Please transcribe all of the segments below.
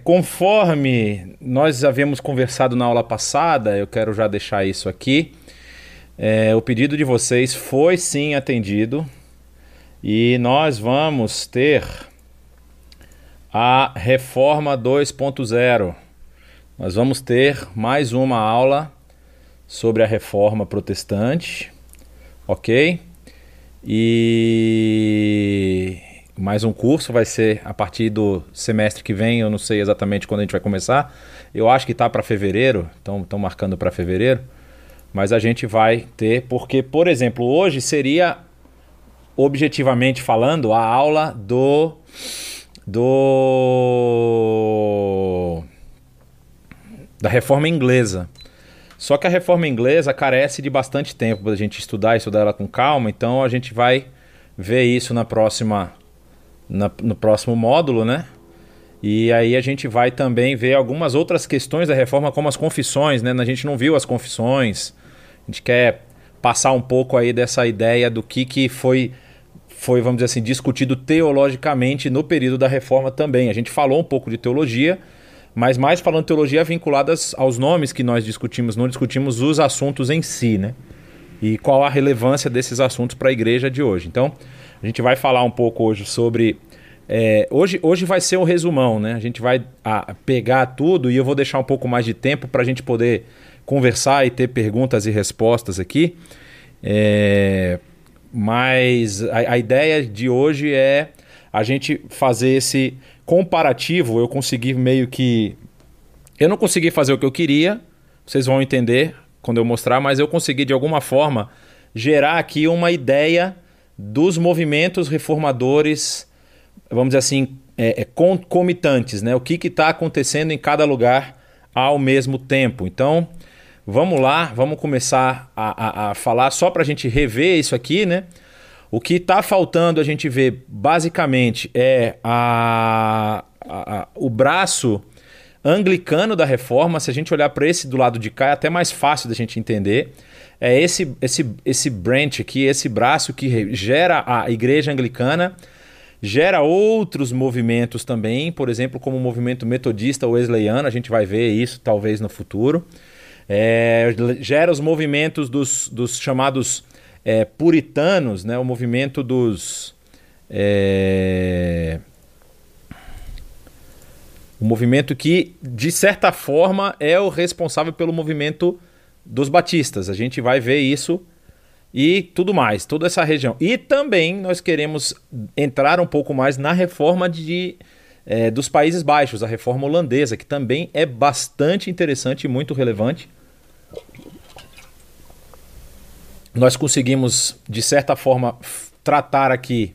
Conforme nós havíamos conversado na aula passada, eu quero já deixar isso aqui. O pedido de vocês foi sim atendido e nós vamos ter a Reforma 2.0. Nós vamos ter mais uma aula sobre a Reforma Protestante, ok? E mais um curso vai ser a partir do semestre que vem, eu não sei exatamente quando a gente vai começar. Eu acho que está para fevereiro, estão marcando para fevereiro, mas a gente vai ter, porque, por exemplo, hoje seria, objetivamente falando, a aula da Reforma Inglesa. Só que a Reforma Inglesa carece de bastante tempo para a gente estudar ela com calma, então a gente vai ver isso no próximo módulo, né? E aí a gente vai também ver algumas outras questões da reforma, como as confissões, né? A gente não viu as confissões. A gente quer passar um pouco aí dessa ideia do que foi, vamos dizer assim, discutido teologicamente no período da reforma também. A gente falou um pouco de teologia, mas mais falando de teologia vinculadas aos nomes que nós discutimos, não discutimos os assuntos em si, né? E qual a relevância desses assuntos para a igreja de hoje. Então, a gente vai falar um pouco hoje sobre... Hoje vai ser um resumão, né? A gente vai pegar tudo e eu vou deixar um pouco mais de tempo para a gente poder conversar e ter perguntas e respostas aqui. Mas a ideia de hoje é a gente fazer esse comparativo. Eu consegui meio que... Eu não consegui fazer o que eu queria, vocês vão entender quando eu mostrar, mas eu consegui de alguma forma gerar aqui uma ideia dos movimentos reformadores, vamos dizer assim, concomitantes, né? O que está acontecendo em cada lugar ao mesmo tempo. Então, vamos lá, vamos começar a falar só para a gente rever isso aqui, né? O que está faltando a gente ver, basicamente, é o braço anglicano da reforma. Se a gente olhar para esse do lado de cá, é até mais fácil da gente entender. É esse branch aqui, esse braço que gera a igreja anglicana, gera outros movimentos também, por exemplo, como o movimento metodista wesleyano, a gente vai ver isso talvez no futuro. Gera os movimentos dos chamados puritanos, né? O movimento o movimento que, de certa forma, é o responsável pelo movimento dos batistas. A gente vai ver isso e tudo mais, toda essa região. E também nós queremos entrar um pouco mais na reforma dos Países Baixos, a reforma holandesa, que também é bastante interessante e muito relevante. Nós conseguimos, de certa forma, tratar aqui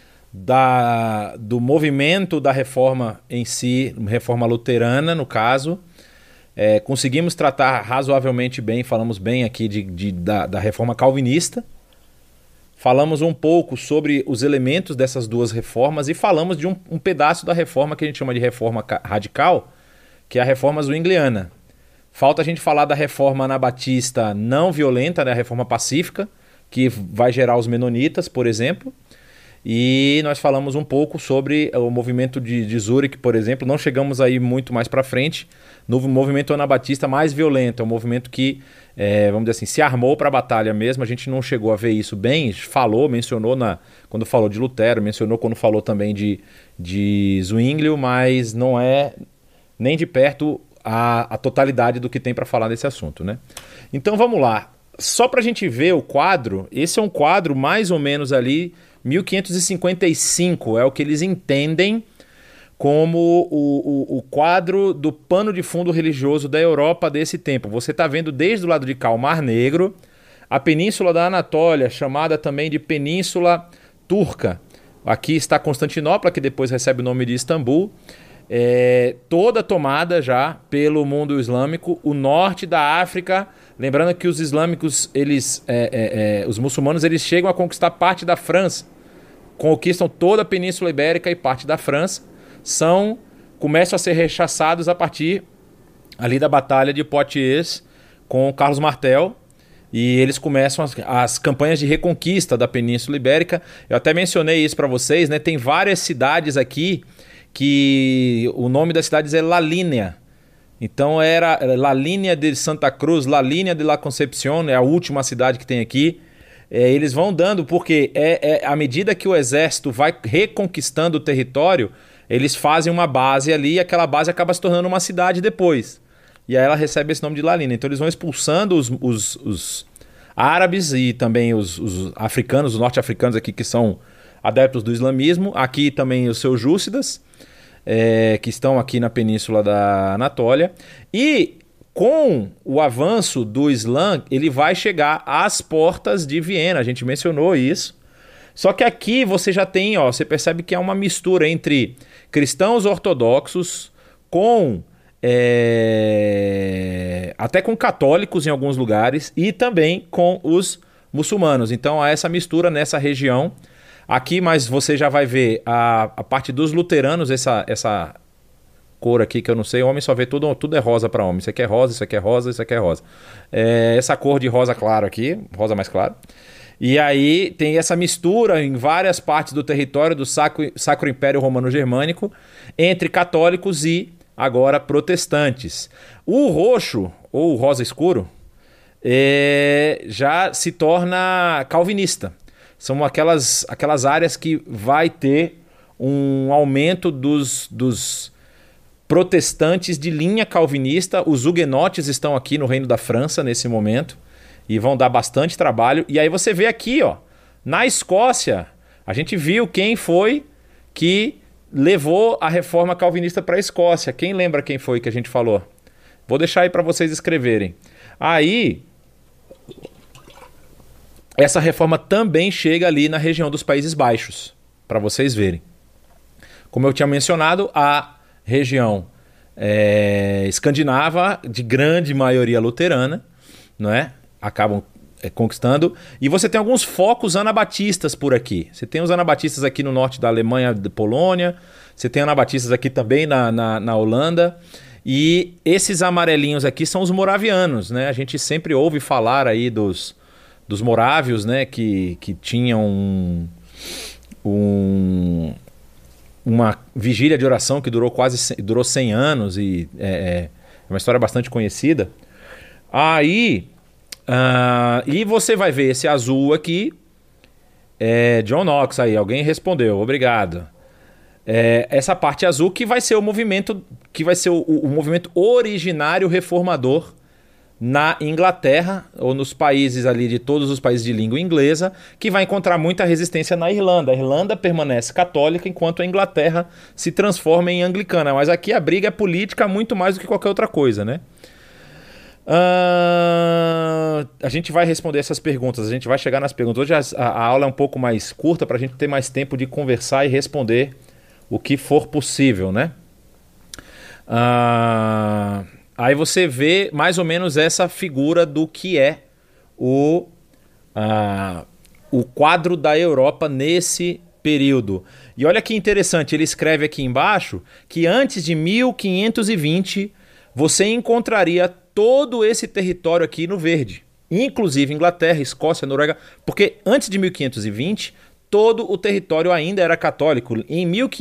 do movimento da reforma em si, reforma luterana, no caso. Conseguimos tratar razoavelmente bem, falamos bem aqui da reforma calvinista. Falamos um pouco sobre os elementos dessas duas reformas e falamos de um pedaço da reforma que a gente chama de reforma radical, que é a reforma zwingliana. Falta a gente falar da reforma anabatista não violenta, né, a reforma pacífica, que vai gerar os menonitas, por exemplo. E nós falamos um pouco sobre o movimento de Zurich, por exemplo. Não chegamos aí muito mais para frente no movimento anabatista mais violento. É um movimento que, vamos dizer assim, se armou para a batalha mesmo. A gente não chegou a ver isso bem. Mencionou quando falou de Lutero, mencionou quando falou também de Zwinglio, mas não é nem de perto a totalidade do que tem para falar desse assunto, né? Então vamos lá. Só para a gente ver o quadro, esse é um quadro mais ou menos ali 1555, é o que eles entendem como o quadro do pano de fundo religioso da Europa desse tempo. Você está vendo desde o lado de cá o Mar Negro, a Península da Anatólia, chamada também de Península Turca. Aqui está Constantinopla, que depois recebe o nome de Istambul. Toda tomada já pelo mundo islâmico, o norte da África, lembrando que os islâmicos, os muçulmanos, eles chegam a conquistar parte da França, conquistam toda a Península Ibérica e parte da França, começam a ser rechaçados a partir ali da Batalha de Poitiers com Carlos Martel, e eles começam as campanhas de reconquista da Península Ibérica. Eu até mencionei isso para vocês, né? Tem várias cidades aqui que o nome das cidades é La Línea. Então era La Línea de Santa Cruz, La Línea de La Concepción, é a última cidade que tem aqui. Eles vão dando, porque à medida que o exército vai reconquistando o território, eles fazem uma base ali e aquela base acaba se tornando uma cidade depois. E aí ela recebe esse nome de La Línea. Então eles vão expulsando os árabes e também os africanos, os norte-africanos aqui que são adeptos do islamismo. Aqui também os seljúcidas, que estão aqui na península da Anatólia. E com o avanço do Islã, ele vai chegar às portas de Viena. A gente mencionou isso. Só que aqui você já tem, você percebe que é uma mistura entre cristãos ortodoxos com até com católicos em alguns lugares e também com os muçulmanos. Então há essa mistura nessa região. Aqui, mas você já vai ver a parte dos luteranos, essa cor aqui que eu não sei, homem só vê tudo é rosa para homem. Isso aqui é rosa, isso aqui é rosa, isso aqui é rosa. Essa cor de rosa claro aqui, rosa mais claro. E aí tem essa mistura em várias partes do território do Sacro Império Romano Germânico entre católicos e agora protestantes. O roxo, ou o rosa escuro, já se torna calvinista. São aquelas áreas que vai ter um aumento dos protestantes de linha calvinista. Os huguenotes estão aqui no Reino da França nesse momento e vão dar bastante trabalho. E aí você vê aqui, na Escócia, a gente viu quem foi que levou a reforma calvinista para a Escócia. Quem lembra quem foi que a gente falou? Vou deixar aí para vocês escreverem. Aí, essa reforma também chega ali na região dos Países Baixos, para vocês verem. Como eu tinha mencionado, a região escandinava, de grande maioria luterana, não é? Acabam conquistando. E você tem alguns focos anabatistas por aqui. Você tem os anabatistas aqui no norte da Alemanha, da Polônia. Você tem anabatistas aqui também na Holanda. E esses amarelinhos aqui são os moravianos, né? A gente sempre ouve falar aí dos morávios, né? Que tinham uma vigília de oração que durou 100 anos. E é uma história bastante conhecida. Aí... e você vai ver esse azul aqui, John Knox aí, alguém respondeu, obrigado. Essa parte azul que vai ser o movimento, que vai ser o movimento originário reformador na Inglaterra, ou nos países ali de todos os países de língua inglesa, que vai encontrar muita resistência na Irlanda. A Irlanda permanece católica enquanto a Inglaterra se transforma em anglicana, mas aqui a briga é política muito mais do que qualquer outra coisa, né? A gente vai responder essas perguntas, a gente vai chegar nas perguntas. Hoje a aula é um pouco mais curta para a gente ter mais tempo de conversar e responder o que for possível, né? Aí você vê mais ou menos essa figura do que é o quadro da Europa nesse período. E olha que interessante, ele escreve aqui embaixo que antes de 1520 você encontraria todo esse território aqui no verde, inclusive Inglaterra, Escócia, Noruega, porque antes de 1520 todo o território ainda era católico. Em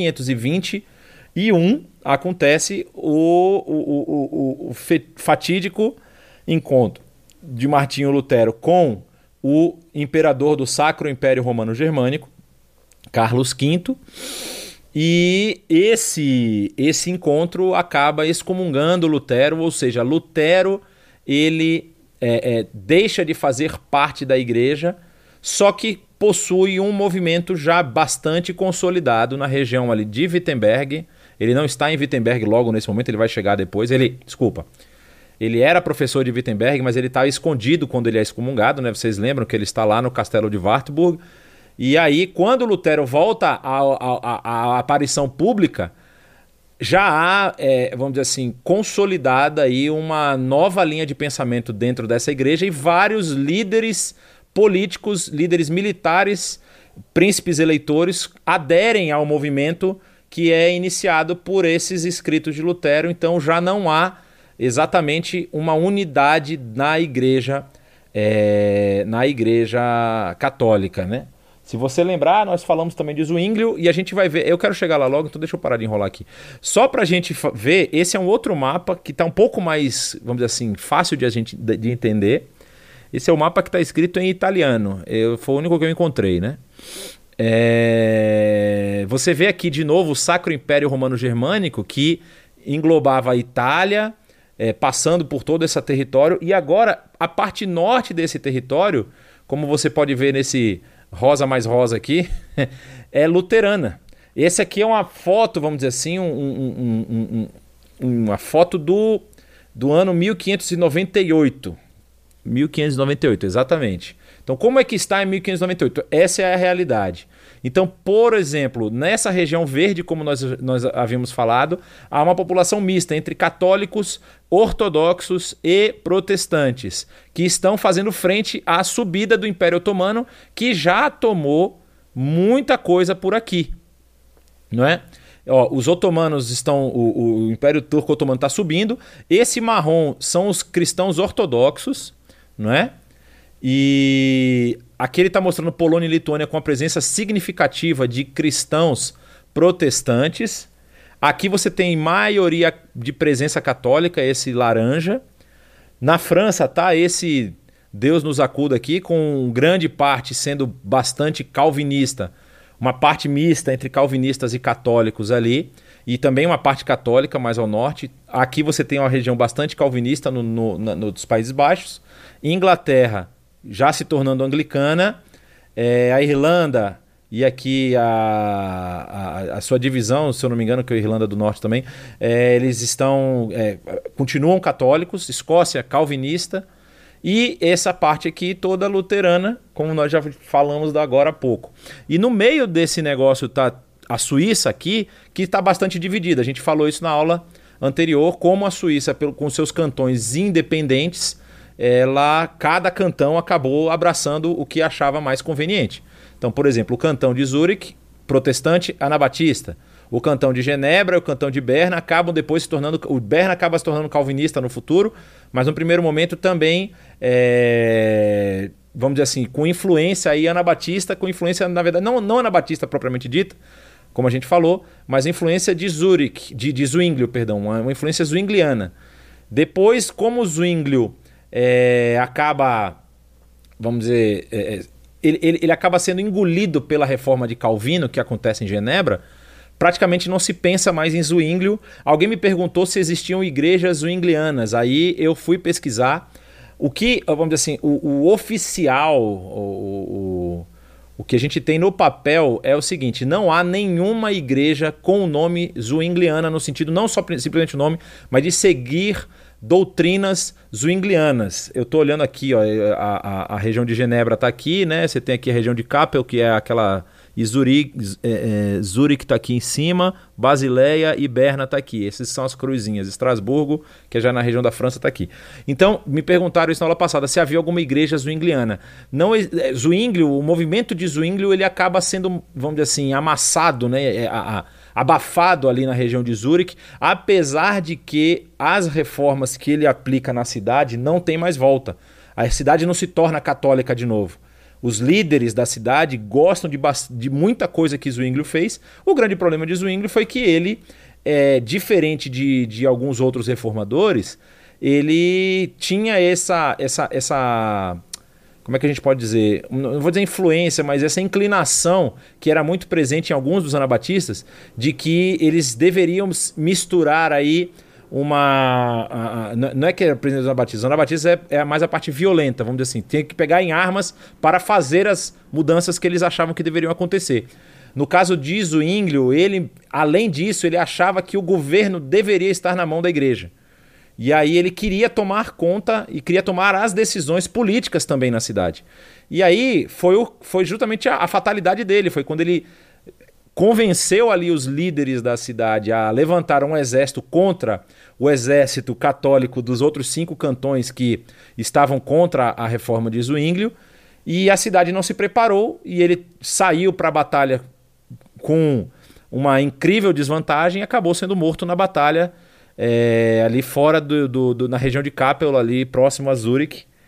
1521 acontece o fatídico encontro de Martinho Lutero com o imperador do Sacro Império Romano Germânico, Carlos V, e esse encontro acaba excomungando Lutero, ou seja, Lutero ele deixa de fazer parte da igreja, só que possui um movimento já bastante consolidado na região ali de Wittenberg. Ele não está em Wittenberg logo nesse momento, ele vai chegar depois. Ele era professor de Wittenberg, mas ele está escondido quando ele é excomungado, né? Vocês lembram que ele está lá no castelo de Wartburg. E aí, quando Lutero volta à aparição pública, já há, vamos dizer assim, consolidada aí uma nova linha de pensamento dentro dessa igreja e vários líderes políticos, líderes militares, príncipes eleitores aderem ao movimento que é iniciado por esses escritos de Lutero. Então já não há exatamente uma unidade na igreja católica, né? Se você lembrar, nós falamos também de Zwinglio e a gente vai ver. Eu quero chegar lá logo, então deixa eu parar de enrolar aqui. Só para a gente ver, esse é um outro mapa que está um pouco mais, vamos dizer assim, fácil de entender. Esse é o mapa que está escrito em italiano. Foi o único que eu encontrei, né? Você vê aqui de novo o Sacro Império Romano Germânico, que englobava a Itália, passando por todo esse território. E agora, a parte norte desse território, como você pode ver nesse rosa mais rosa aqui, é luterana. Esse aqui é uma foto, vamos dizer assim, uma foto do ano 1598. 1598, exatamente. Então, como é que está em 1598? Essa é a realidade. Então, por exemplo, nessa região verde, como nós havíamos falado, há uma população mista entre católicos, ortodoxos e protestantes, que estão fazendo frente à subida do Império Otomano, que já tomou muita coisa por aqui, não é? Os otomanos estão, o Império Turco Otomano está subindo. Esse marrom são os cristãos ortodoxos, não é? E aqui ele está mostrando Polônia e Lituânia com a presença significativa de cristãos protestantes. Aqui você tem maioria de presença católica, esse laranja. Na França tá esse Deus nos acuda aqui, com grande parte sendo bastante calvinista. Uma parte mista entre calvinistas e católicos ali. E também uma parte católica mais ao norte. Aqui você tem uma região bastante calvinista nos Países Baixos. Inglaterra já se tornando anglicana, a Irlanda e aqui a sua divisão, se eu não me engano, que é a Irlanda do Norte também, eles continuam católicos, Escócia calvinista, e essa parte aqui toda luterana, como nós já falamos agora há pouco. E no meio desse negócio está a Suíça aqui, que está bastante dividida. A gente falou isso na aula anterior, como a Suíça, com seus cantões independentes, cada cantão acabou abraçando o que achava mais conveniente. Então, por exemplo, o cantão de Zurique, protestante anabatista. O cantão de Genebra e o cantão de Berna acabam depois se tornando... O Berna acaba se tornando calvinista no futuro, mas no primeiro momento também, vamos dizer assim, com influência aí anabatista, com influência, na verdade, não anabatista propriamente dita, como a gente falou, mas influência de Zurique, de Zwinglio, perdão, uma influência zwingliana. Depois, como o Zwinglio acaba, vamos dizer, ele acaba sendo engolido pela reforma de Calvino, que acontece em Genebra, praticamente não se pensa mais em Zwinglio. Alguém me perguntou se existiam igrejas zwinglianas, aí eu fui pesquisar. O que, vamos dizer assim, o oficial, o que a gente tem no papel é o seguinte: não há nenhuma igreja com o nome zwingliana, no sentido não só simplesmente o nome, mas de seguir doutrinas zwinglianas. Eu estou olhando aqui, ó, a região de Genebra está aqui, né? Você tem aqui a região de Kappel, que é aquela... E Zurique está aqui em cima, Basileia e Berna está aqui. Essas são as cruzinhas. Estrasburgo, que é já na região da França, está aqui. Então, me perguntaram isso na aula passada, se havia alguma igreja zwingliana. Não, Zwinglio, o movimento de Zwinglio, ele acaba sendo, vamos dizer assim, amassado, né? Abafado ali na região de Zurique, apesar de que as reformas que ele aplica na cidade não tem mais volta. A cidade não se torna católica de novo. Os líderes da cidade gostam de muita coisa que Zwinglio fez. O grande problema de Zwinglio foi que ele, diferente de alguns outros reformadores, ele tinha essa como é que a gente pode dizer? Não vou dizer influência, mas essa inclinação que era muito presente em alguns dos anabatistas, de que eles deveriam misturar aí não é que é presidente dos anabatistas. Os anabatistas é mais a parte violenta, vamos dizer assim. Tem que pegar em armas para fazer as mudanças que eles achavam que deveriam acontecer. No caso de Zwinglio, ele, além disso, ele achava que o governo deveria estar na mão da igreja. E aí ele queria tomar conta e queria tomar as decisões políticas também na cidade. E aí foi justamente a fatalidade dele. Foi quando ele convenceu ali os líderes da cidade a levantar um exército contra o exército católico dos outros 5 cantões que estavam contra a reforma de Zwinglio, e a cidade não se preparou e ele saiu para a batalha com uma incrível desvantagem e acabou sendo morto na batalha ali fora na região de Kappel, ali próximo a Zurique.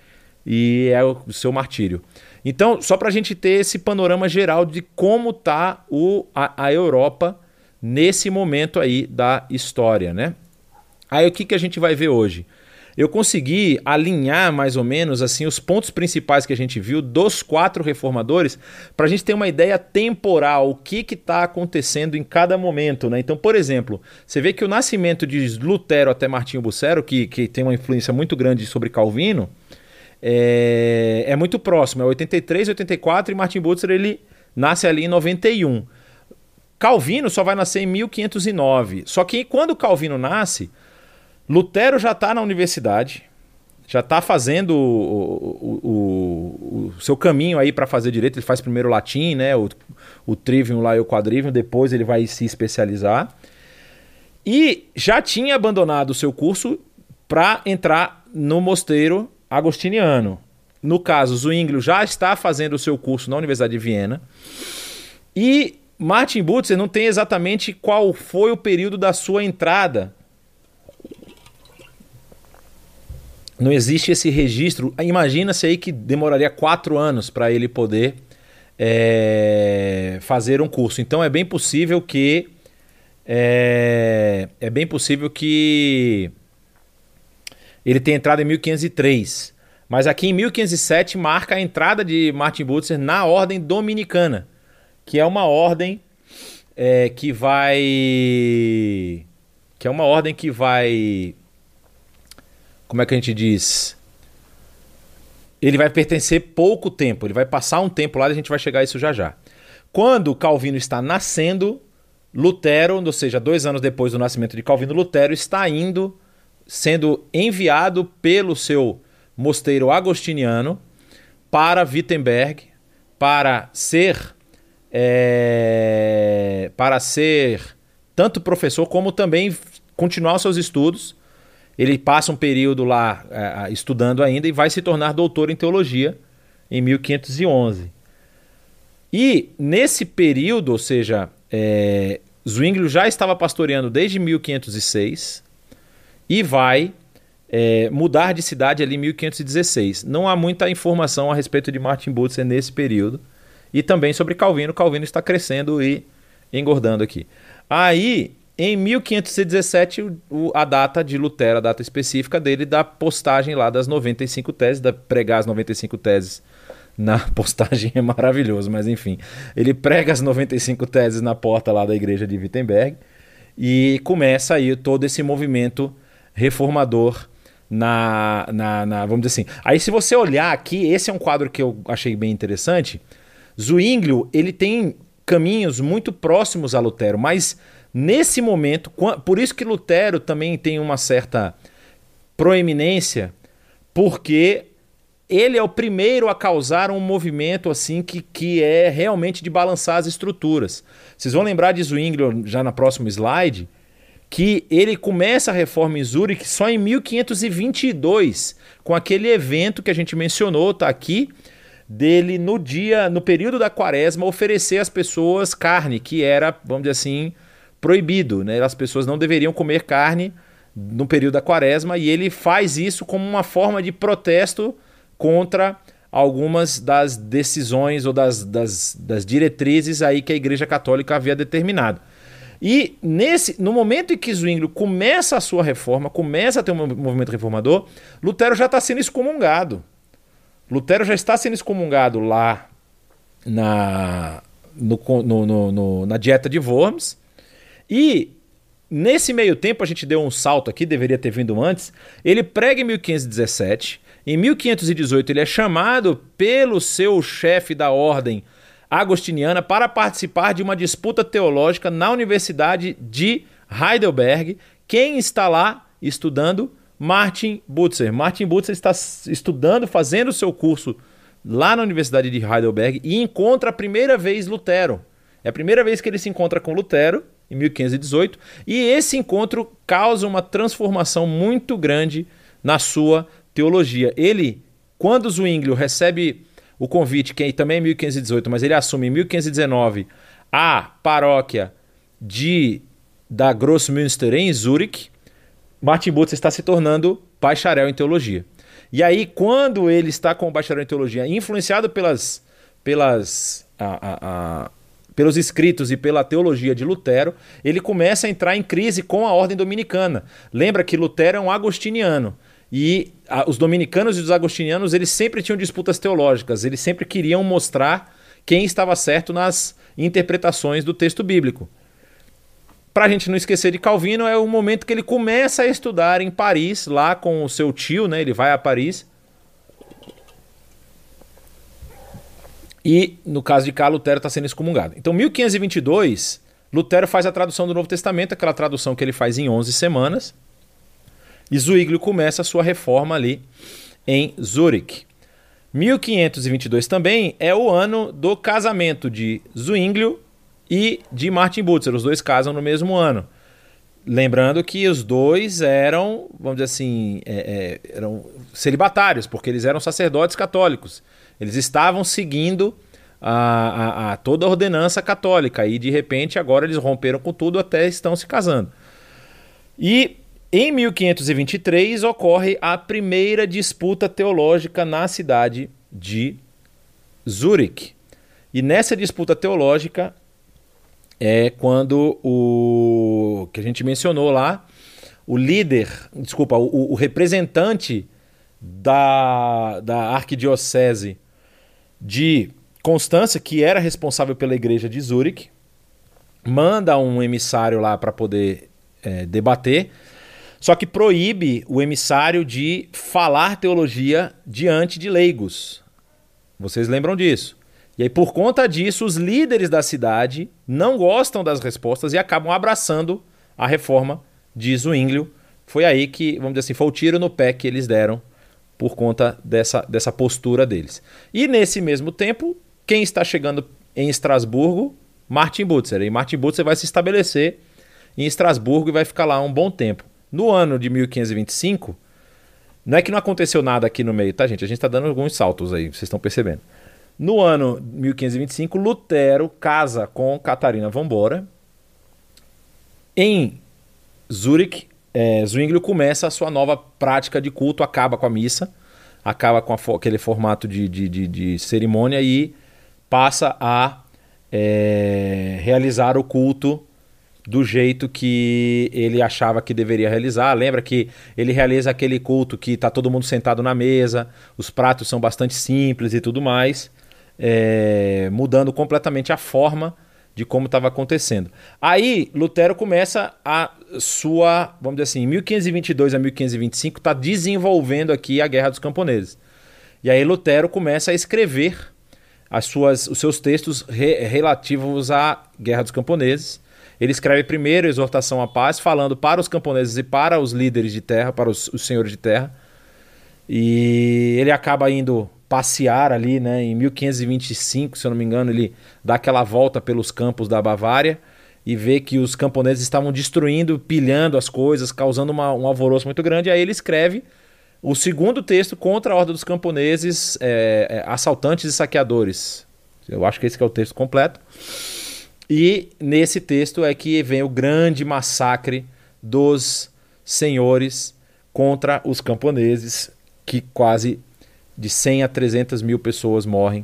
e é o seu martírio. Então, só para a gente ter esse panorama geral de como está a Europa nesse momento aí da história, né? Aí o que a gente vai ver hoje? Eu consegui alinhar mais ou menos assim os pontos principais que a gente viu dos 4 reformadores para a gente ter uma ideia temporal, o que está acontecendo em cada momento, né? Então, por exemplo, você vê que o nascimento de Lutero até Martinho Bucero, que tem uma influência muito grande sobre Calvino, é muito próximo, é 83, 84 e Martin Bucer ele nasce ali em 91. Calvino só vai nascer em 1509. Só que quando Calvino nasce, Lutero já está na universidade, já está fazendo o seu caminho aí para fazer direito. Ele faz primeiro latim, né, o trivium lá e o quadrivium, depois ele vai se especializar. E já tinha abandonado o seu curso para entrar no mosteiro agostiniano. No caso, Zwinglio já está fazendo o seu curso na Universidade de Viena. E Martin Bucer não tem exatamente qual foi o período da sua entrada. Não existe esse registro. Imagina-se aí que demoraria 4 anos para ele poder fazer um curso. Então é bem possível que ele tenha entrado em 1503. Mas aqui em 1507 marca a entrada de Martin Bucer na ordem dominicana, que é uma ordem que vai... Como é que a gente diz? Ele vai pertencer pouco tempo, ele vai passar um tempo lá e a gente vai chegar a isso já já. Quando Calvino está nascendo, Lutero, ou seja, 2 anos depois do nascimento de Calvino, Lutero está sendo enviado pelo seu mosteiro agostiniano para Wittenberg para ser tanto professor como também continuar os seus estudos. Ele passa um período lá estudando ainda e vai se tornar doutor em teologia em 1511. E nesse período, ou seja, Zwinglio já estava pastoreando desde 1506 e vai mudar de cidade ali em 1516. Não há muita informação a respeito de Martin Bucer nesse período. E também sobre Calvino. Calvino está crescendo e engordando aqui. Aí, em 1517, a data de Lutero, a data específica dele, da postagem lá das 95 teses, da pregar as 95 teses na postagem é maravilhoso, mas enfim. Ele prega as 95 teses na porta lá da igreja de Wittenberg e começa aí todo esse movimento reformador vamos dizer assim. Aí se você olhar aqui, esse é um quadro que eu achei bem interessante. Zwinglio, ele tem caminhos muito próximos a Lutero, mas nesse momento, por isso que Lutero também tem uma certa proeminência, porque ele é o primeiro a causar um movimento assim que é realmente de balançar as estruturas. Vocês vão lembrar de Zwinglio já no próximo slide, que ele começa a reforma em Zurique só em 1522, com aquele evento que a gente mencionou, tá aqui, dele no período da quaresma, oferecer às pessoas carne, que era, vamos dizer assim, proibido, né? As pessoas não deveriam comer carne no período da quaresma, e ele faz isso como uma forma de protesto contra algumas das decisões ou das diretrizes aí que a Igreja Católica havia determinado. E no momento em que Zwinglio começa a sua reforma, começa a ter um movimento reformador, Lutero já está sendo excomungado. Lutero já está sendo excomungado lá na Dieta de Worms. E nesse meio tempo, a gente deu um salto aqui, deveria ter vindo antes. Ele prega em 1517. Em 1518, ele é chamado pelo seu chefe da ordem agostiniana para participar de uma disputa teológica na Universidade de Heidelberg. Quem está lá estudando? Martin Bucer. Martin Bucer está estudando, fazendo o seu curso lá na Universidade de Heidelberg e encontra a primeira vez Lutero. É a primeira vez que ele se encontra com Lutero, em 1518, e esse encontro causa uma transformação muito grande na sua teologia. Ele, quando Zwinglio recebe o convite, que também é 1518, mas ele assume em 1519 a paróquia da Grossmünster em Zurique, Martin Bucer está se tornando bacharel em teologia. E aí, quando ele está com o bacharel em teologia, influenciado pelos escritos e pela teologia de Lutero, ele começa a entrar em crise com a ordem dominicana. Lembra que Lutero é um agostiniano. E os dominicanos e os agostinianos, eles sempre tinham disputas teológicas, eles sempre queriam mostrar quem estava certo nas interpretações do texto bíblico. Para a gente não esquecer de Calvino, é o momento que ele começa a estudar em Paris, lá com o seu tio, né? Ele vai a Paris. E, no caso de cá, Lutero está sendo excomungado. Então, 1522, Lutero faz a tradução do Novo Testamento, aquela tradução que ele faz em 11 semanas. E Zwinglio começa a sua reforma ali em Zurique. 1522 também é o ano do casamento de Zwinglio e de Martin Butzer. Os dois casam no mesmo ano. Lembrando que os dois eram, vamos dizer assim, eram celibatários, porque eles eram sacerdotes católicos. Eles estavam seguindo toda a ordenança católica e, de repente, agora eles romperam com tudo, até estão se casando. E em 1523 ocorre a primeira disputa teológica na cidade de Zurique. E nessa disputa teológica é quando o que a gente mencionou lá, o representante da arquidiocese de Constância, que era responsável pela igreja de Zurique, manda um emissário lá para poder debater, só que proíbe o emissário de falar teologia diante de leigos. Vocês lembram disso? E aí, por conta disso, os líderes da cidade não gostam das respostas e acabam abraçando a reforma de Zwinglio. Foi aí que, vamos dizer assim, foi o tiro no pé que eles deram por conta dessa postura deles. E nesse mesmo tempo, quem está chegando em Estrasburgo? Martin Butzer. E Martin Butzer vai se estabelecer em Estrasburgo e vai ficar lá um bom tempo. No ano de 1525, não é que não aconteceu nada aqui no meio, tá, gente? A gente está dando alguns saltos aí, vocês estão percebendo. No ano 1525, Lutero casa com Catarina von Bora. Em Zurique, Zwinglio começa a sua nova prática de culto, acaba com a missa, acaba com aquele formato de cerimônia e passa a realizar o culto do jeito que ele achava que deveria realizar. Lembra que ele realiza aquele culto que está todo mundo sentado na mesa, os pratos são bastante simples e tudo mais, mudando completamente a forma de como estava acontecendo. Aí Lutero começa a sua, vamos dizer assim, em 1522 a 1525 está desenvolvendo aqui a Guerra dos Camponeses. E aí Lutero começa a escrever os seus textos relativos à Guerra dos Camponeses. Ele escreve primeiro a exortação à paz, falando para os camponeses e para os líderes de terra, para os senhores de terra. E ele acaba indo passear ali, né, em 1525, se eu não me engano, ele dá aquela volta pelos campos da Bavária e vê que os camponeses estavam destruindo, pilhando as coisas, causando um alvoroço muito grande. Aí ele escreve o segundo texto contra a Ordem dos Camponeses, assaltantes e saqueadores. Eu acho que esse que é o texto completo. E nesse texto é que vem o grande massacre dos senhores contra os camponeses, que quase de 100 a 300 mil pessoas morrem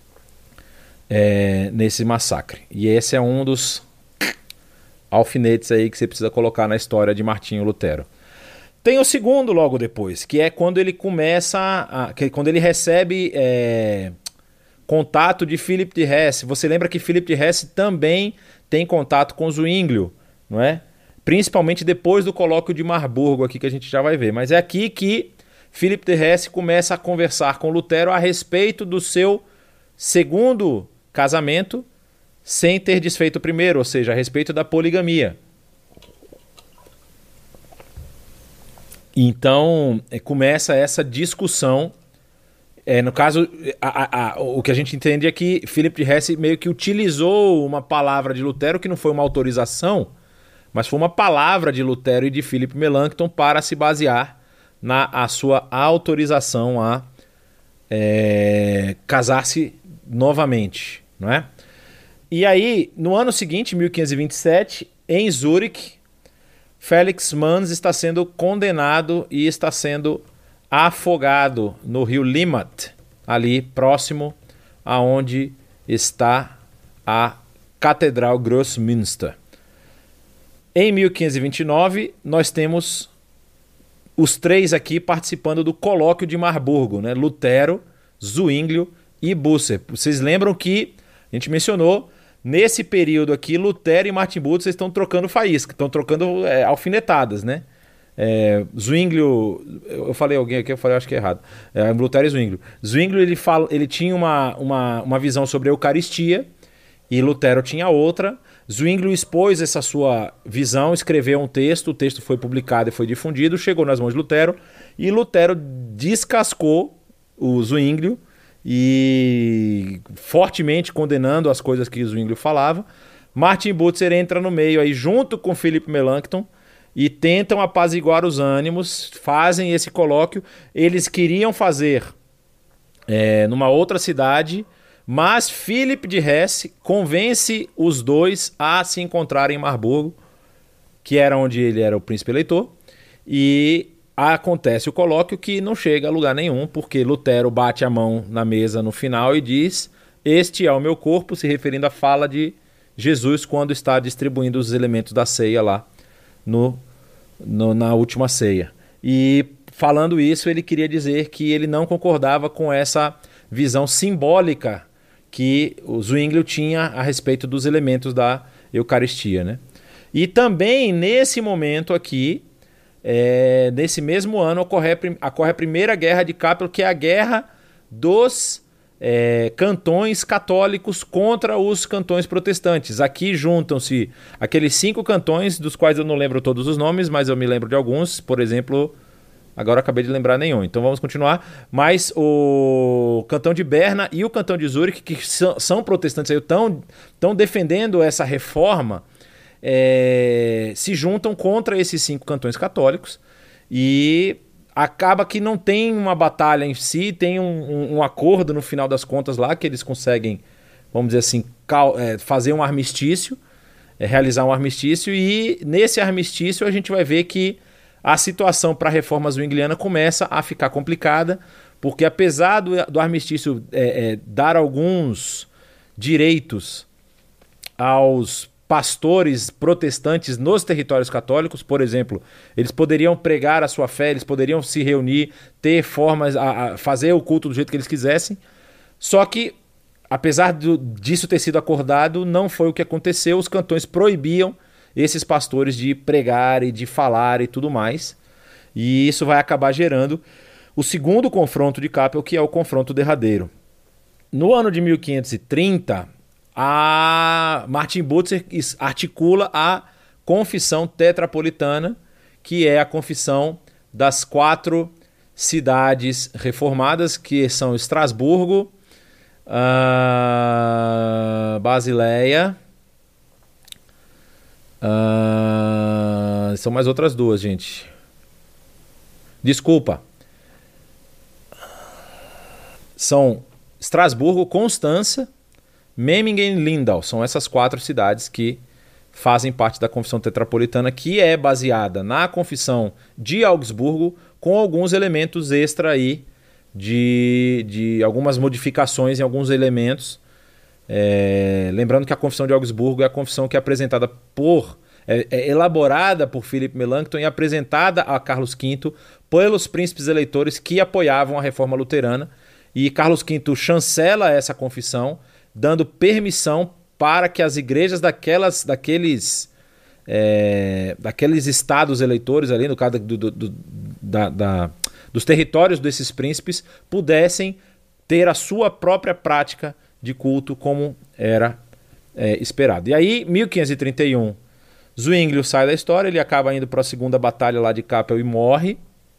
nesse massacre. E esse é um dos alfinetes aí que você precisa colocar na história de Martinho Lutero. Tem o segundo logo depois, que é quando ele quando ele recebe contato de Philipp de Hesse. Você lembra que Philipp de Hesse também tem contato com Zwinglio, não é? Principalmente depois do colóquio de Marburgo aqui, que a gente já vai ver. Mas é aqui que Philipp de Hesse começa a conversar com Lutero a respeito do seu segundo casamento, sem ter desfeito o primeiro, ou seja, a respeito da poligamia. Então, começa essa discussão. No caso, o que a gente entende é que Philipp de Hesse meio que utilizou uma palavra de Lutero, que não foi uma autorização, mas foi uma palavra de Lutero e de Philipp Melanchthon para se basear na sua autorização a casar-se novamente, não é? E aí, no ano seguinte, 1527, em Zurique, Felix Manz está sendo condenado e está sendo afogado no rio Limmat, ali próximo aonde está a Catedral Grossmünster. Em 1529, nós temos os três aqui participando do colóquio de Marburgo, né? Lutero, Zwinglio e Bucer. Vocês lembram que a gente mencionou, nesse período aqui, Lutero e Martin Bucer estão trocando faísca, estão trocando alfinetadas, né? Zwinglio, eu falei alguém aqui, eu acho que é errado. Lutero e Zwinglio. Zwinglio ele tinha uma visão sobre a Eucaristia e Lutero tinha outra. Zwinglio expôs essa sua visão, escreveu um texto, o texto foi publicado e foi difundido, chegou nas mãos de Lutero e Lutero descascou o Zwinglio e fortemente condenando as coisas que o Zwinglio falava. Martin Bucer entra no meio aí junto com Philip Melanchthon e tentam apaziguar os ânimos, fazem esse colóquio. Eles queriam fazer numa outra cidade, mas Philip de Hesse convence os dois a se encontrarem em Marburgo, que era onde ele era o príncipe eleitor, e acontece o colóquio que não chega a lugar nenhum, porque Lutero bate a mão na mesa no final e diz: "Este é o meu corpo", se referindo à fala de Jesus quando está distribuindo os elementos da ceia lá na última ceia. E falando isso, ele queria dizer que ele não concordava com essa visão simbólica que o Zwinglio tinha a respeito dos elementos da Eucaristia, né? E também nesse momento aqui, nesse mesmo ano, ocorre a Primeira Guerra de Kappel, que é a guerra dos cantões católicos contra os cantões protestantes. Aqui juntam-se aqueles 5 cantões, dos quais eu não lembro todos os nomes, mas eu me lembro de alguns. Por exemplo, agora eu acabei de lembrar nenhum, então vamos continuar. Mas o cantão de Berna e o cantão de Zurique, que são protestantes, estão defendendo essa reforma, se juntam contra esses 5 cantões católicos e acaba que não tem uma batalha em si, tem um acordo no final das contas lá, que eles conseguem, vamos dizer assim, fazer um armistício, realizar um armistício, e nesse armistício a gente vai ver que a situação para a reforma zwingliana começa a ficar complicada, porque apesar do armistício dar alguns direitos aos pastores protestantes nos territórios católicos, por exemplo, eles poderiam pregar a sua fé, eles poderiam se reunir, ter formas, a fazer o culto do jeito que eles quisessem, só que, apesar disso ter sido acordado, não foi o que aconteceu. Os cantões proibiam esses pastores de pregar e de falar e tudo mais, e isso vai acabar gerando o segundo confronto de Kappel, que é o confronto derradeiro. No ano de 1530, a Martin Bucer articula a Confissão Tetrapolitana, que é a confissão das 4 cidades reformadas, que são Estrasburgo, Basileia, são mais outras 2, gente. Desculpa. São Estrasburgo, Constança, Memmingen e Lindau. São essas 4 cidades que fazem parte da Confissão Tetrapolitana, que é baseada na Confissão de Augsburgo, com alguns elementos extra aí de algumas modificações em alguns elementos. Lembrando que a Confissão de Augsburgo é a confissão que é apresentada elaborada por Philip Melanchthon e apresentada a Carlos V pelos príncipes eleitores que apoiavam a reforma luterana. E Carlos V chancela essa confissão, dando permissão para que as igrejas daqueles estados eleitores ali, no caso dos territórios desses príncipes, pudessem ter a sua própria prática de culto, como era esperado. E aí, 1531, Zwinglio sai da história, ele acaba indo para a segunda batalha lá de Kappel e morre.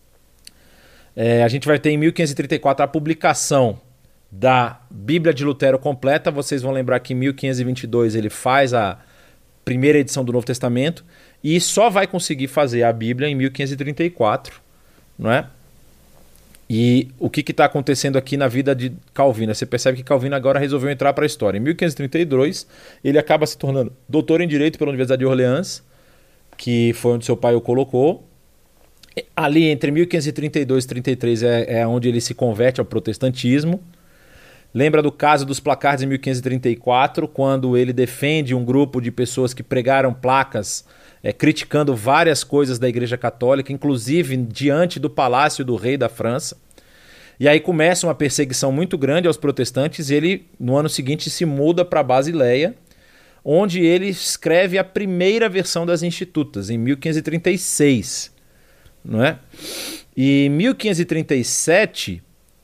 A gente vai ter em 1534 a publicação da Bíblia de Lutero completa. Vocês vão lembrar que em 1522 ele faz a primeira edição do Novo Testamento e só vai conseguir fazer a Bíblia em 1534, não é? E o que está acontecendo aqui na vida de Calvino? Você percebe que Calvino agora resolveu entrar para a história. Em 1532 ele acaba se tornando doutor em Direito pela Universidade de Orleans, que foi onde seu pai o colocou. Ali entre 1532 e 33 é onde ele se converte ao protestantismo. Lembra do caso dos placards em 1534, quando ele defende um grupo de pessoas que pregaram placas criticando várias coisas da Igreja Católica, inclusive diante do palácio do rei da França. E aí começa uma perseguição muito grande aos protestantes e ele, no ano seguinte, se muda para Basileia, onde ele escreve a primeira versão das Institutas, em 1536. Não é? E em 1536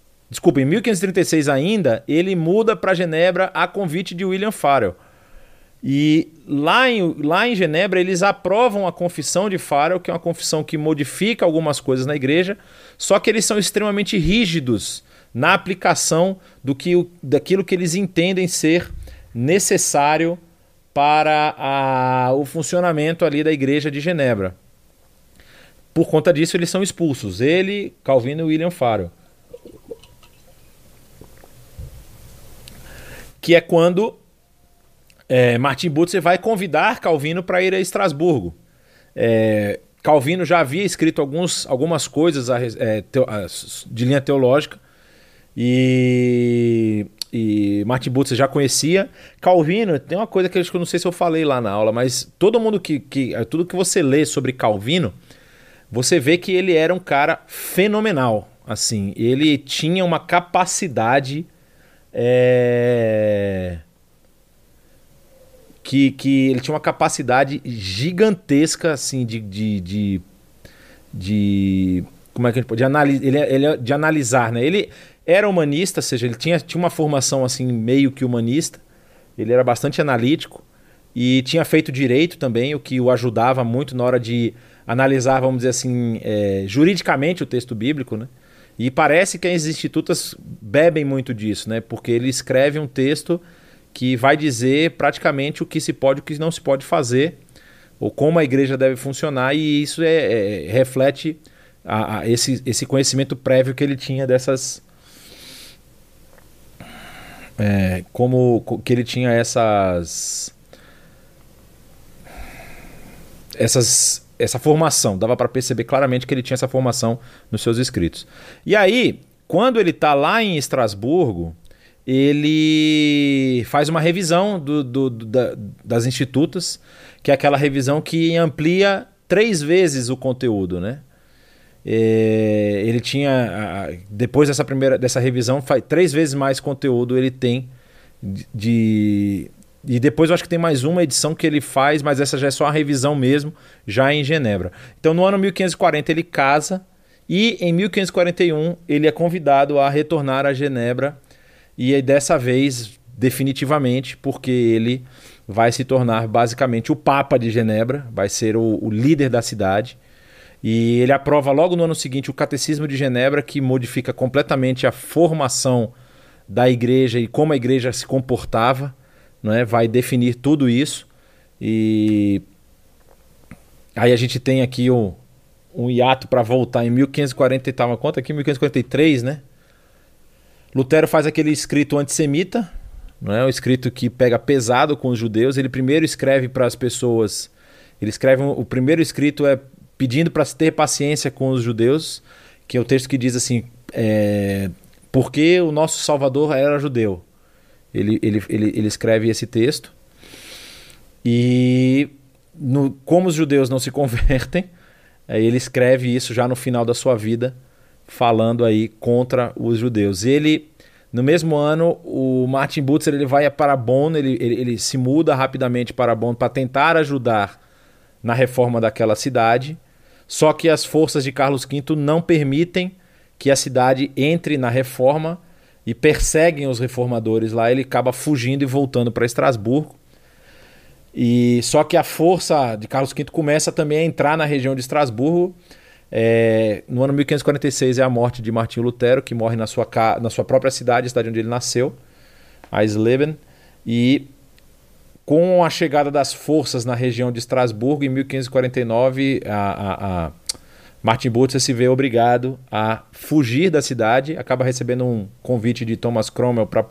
ainda, ele muda para Genebra a convite de William Farel. E lá em Genebra eles aprovam a confissão de Farel, que é uma confissão que modifica algumas coisas na igreja, só que eles são extremamente rígidos na aplicação daquilo que eles entendem ser necessário para o funcionamento ali da igreja de Genebra. Por conta disso eles são expulsos, ele, Calvino e William Farel. Que é quando Martin Butzer vai convidar Calvino para ir a Estrasburgo. Calvino já havia escrito algumas coisas de linha teológica e Martin Butzer já conhecia. Calvino, tem uma coisa que eu não sei se eu falei lá na aula, mas todo mundo tudo que você lê sobre Calvino, você vê que ele era um cara fenomenal. Assim, ele tinha uma capacidade que ele tinha uma capacidade gigantesca assim de como é que a gente pode de analisar, né? Ele era humanista, ou seja, ele tinha uma formação assim meio que humanista. Ele era bastante analítico e tinha feito direito também, o que o ajudava muito na hora de analisar, vamos dizer assim, juridicamente o texto bíblico, né? E parece que as institutas bebem muito disso, né? Porque ele escreve um texto que vai dizer praticamente o que se pode e o que não se pode fazer, ou como a igreja deve funcionar, e isso reflete esse conhecimento prévio que ele tinha dessas... que ele tinha essa formação, dava para perceber claramente que ele tinha essa formação nos seus escritos. E aí, quando ele está lá em Estrasburgo, ele faz uma revisão das institutas, que é aquela revisão que amplia 3 vezes o conteúdo, né? Ele tinha, depois dessa revisão, 3 vezes mais conteúdo ele tem e depois eu acho que tem mais uma edição que ele faz, mas essa já é só a revisão mesmo, já em Genebra. Então no ano 1540 ele casa e em 1541 ele é convidado a retornar a Genebra, e dessa vez definitivamente, porque ele vai se tornar basicamente o Papa de Genebra, vai ser o líder da cidade. E ele aprova logo no ano seguinte o Catecismo de Genebra, que modifica completamente a formação da igreja e como a igreja se comportava, né? Vai definir tudo isso. E aí a gente tem aqui um hiato para voltar em 1540 e tal, uma conta aqui, 1543, né? Lutero faz aquele escrito antissemita, não é? Um escrito que pega pesado com os judeus. Ele primeiro escreve para as pessoas, o primeiro escrito pedindo para se ter paciência com os judeus, que é o texto que diz assim, porque o nosso Salvador era judeu. Ele escreve esse texto. E como os judeus não se convertem, ele escreve isso já no final da sua vida, falando aí contra os judeus. Ele, no mesmo ano, o Martin Butzer ele vai para Bonn, ele se muda rapidamente para Bonn para tentar ajudar na reforma daquela cidade. Só que as forças de Carlos V não permitem que a cidade entre na reforma e perseguem os reformadores lá. Ele acaba fugindo e voltando para Estrasburgo. E só que a força de Carlos V começa também a entrar na região de Estrasburgo. No ano 1546 é a morte de Martinho Lutero, que morre na sua própria cidade, a cidade onde ele nasceu, Eisleben. E com a chegada das forças na região de Estrasburgo, em 1549, Martin Butzer se vê obrigado a fugir da cidade, acaba recebendo um convite de Thomas Cranmer para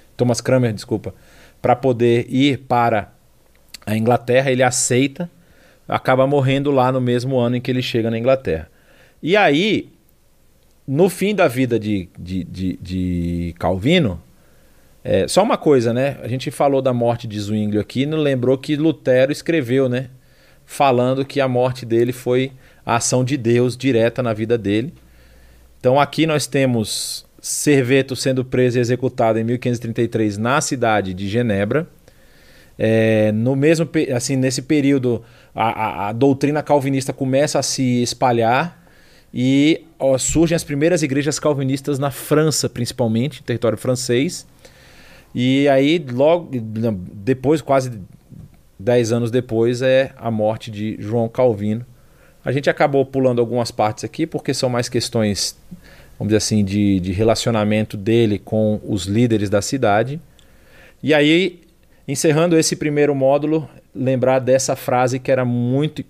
poder ir para a Inglaterra. Ele aceita, acaba morrendo lá no mesmo ano em que ele chega na Inglaterra. E aí, no fim da vida de Calvino, só uma coisa, né? A gente falou da morte de Zwinglio aqui, não lembrou que Lutero escreveu, né? Falando que a morte dele foi a ação de Deus direta na vida dele. Então aqui nós temos Serveto sendo preso e executado em 1533 na cidade de Genebra. No mesmo, assim, nesse período, a doutrina calvinista começa a se espalhar e surgem as primeiras igrejas calvinistas na França, principalmente, território francês. E aí, logo depois, quase 10 anos depois, é a morte de João Calvino. A gente acabou pulando algumas partes aqui, porque são mais questões, vamos dizer assim, de relacionamento dele com os líderes da cidade. E aí, encerrando esse primeiro módulo, lembrar dessa frase que é muito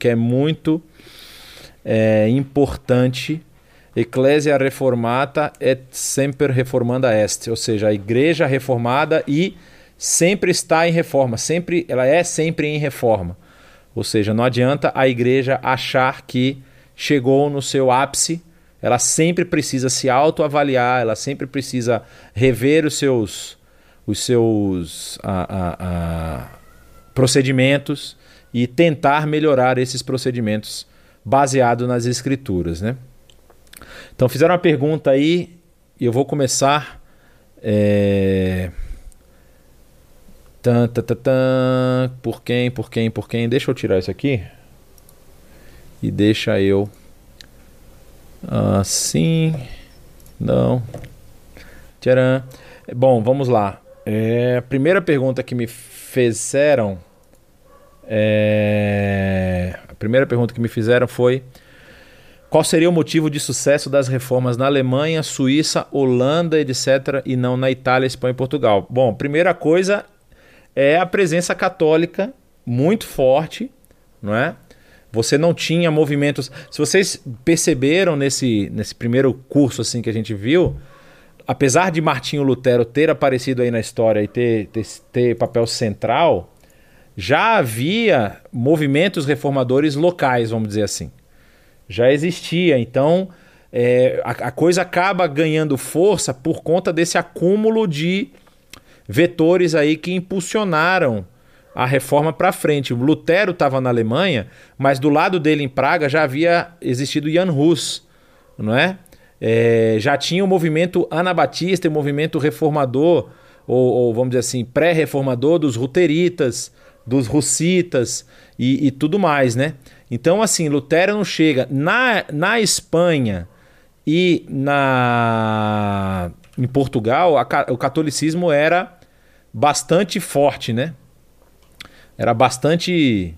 importante: Ecclesia reformata et semper reformanda est, ou seja, a igreja reformada e sempre está em reforma, ela é sempre em reforma. Ou seja, não adianta a igreja achar que chegou no seu ápice, ela sempre precisa se autoavaliar, ela sempre precisa rever os seus procedimentos e tentar melhorar esses procedimentos baseado nas escrituras, né? Então fizeram uma pergunta aí e eu vou começar. Por quem? Deixa eu tirar isso aqui e deixa eu assim. Não. Tcharam. Bom, vamos lá. A primeira pergunta que me fizeram foi: qual seria o motivo de sucesso das reformas na Alemanha, Suíça, Holanda, etc., e não na Itália, Espanha e Portugal? Bom, primeira coisa é a presença católica muito forte, não é? Você não tinha movimentos... Se vocês perceberam nesse primeiro curso assim que a gente viu, apesar de Martinho Lutero ter aparecido aí na história e ter papel central, já havia movimentos reformadores locais, vamos dizer assim. Já existia, então a coisa acaba ganhando força por conta desse acúmulo de vetores aí que impulsionaram a reforma para frente. O Lutero estava na Alemanha, mas do lado dele em Praga já havia existido Jan Hus, não é? Já tinha o movimento anabatista, o movimento reformador, ou vamos dizer assim, pré-reformador dos ruteritas, dos russitas e tudo mais, né? Então, assim, Lutero não chega. Na Espanha e em Portugal, o catolicismo era bastante forte, né? Era bastante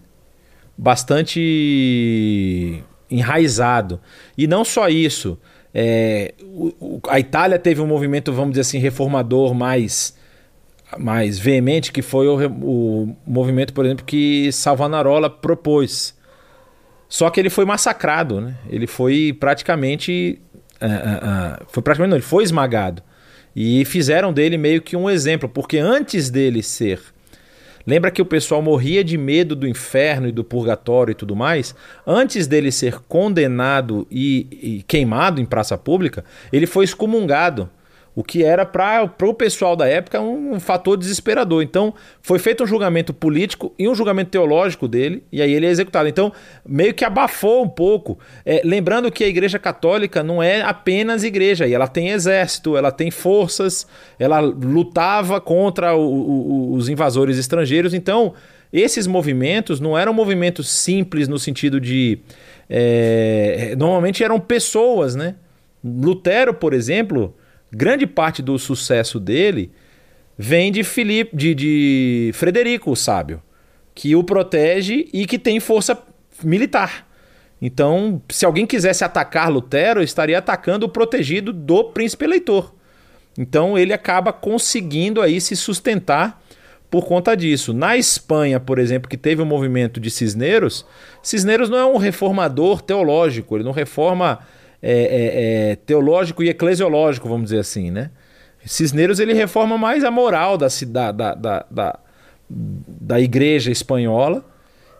enraizado. E não só isso. A Itália teve um movimento, vamos dizer assim, reformador mais veemente, que foi o movimento, por exemplo, que Savonarola propôs. Só que ele foi massacrado, né? Ele foi praticamente... ele foi esmagado. E fizeram dele meio que um exemplo, porque antes dele ser... Lembra que o pessoal morria de medo do inferno e do purgatório e tudo mais? Antes dele ser condenado e queimado em praça pública, ele foi excomungado. O que era para o pessoal da época um fator desesperador. Então, foi feito um julgamento político e um julgamento teológico dele, e aí ele é executado. Então, meio que abafou um pouco. Lembrando que a Igreja Católica não é apenas igreja, e ela tem exército, ela tem forças, ela lutava contra os invasores estrangeiros. Então, esses movimentos não eram movimentos simples no sentido de... normalmente eram pessoas, né? Lutero, por exemplo... Grande parte do sucesso dele vem de Frederico, o sábio, que o protege e que tem força militar. Então, se alguém quisesse atacar Lutero, estaria atacando o protegido do príncipe eleitor. Então, ele acaba conseguindo aí se sustentar por conta disso. Na Espanha, por exemplo, que teve o movimento de Cisneros, Cisneros não é um reformador teológico, ele não reforma... teológico e eclesiológico, vamos dizer assim, né? Cisneros ele reforma mais a moral da igreja espanhola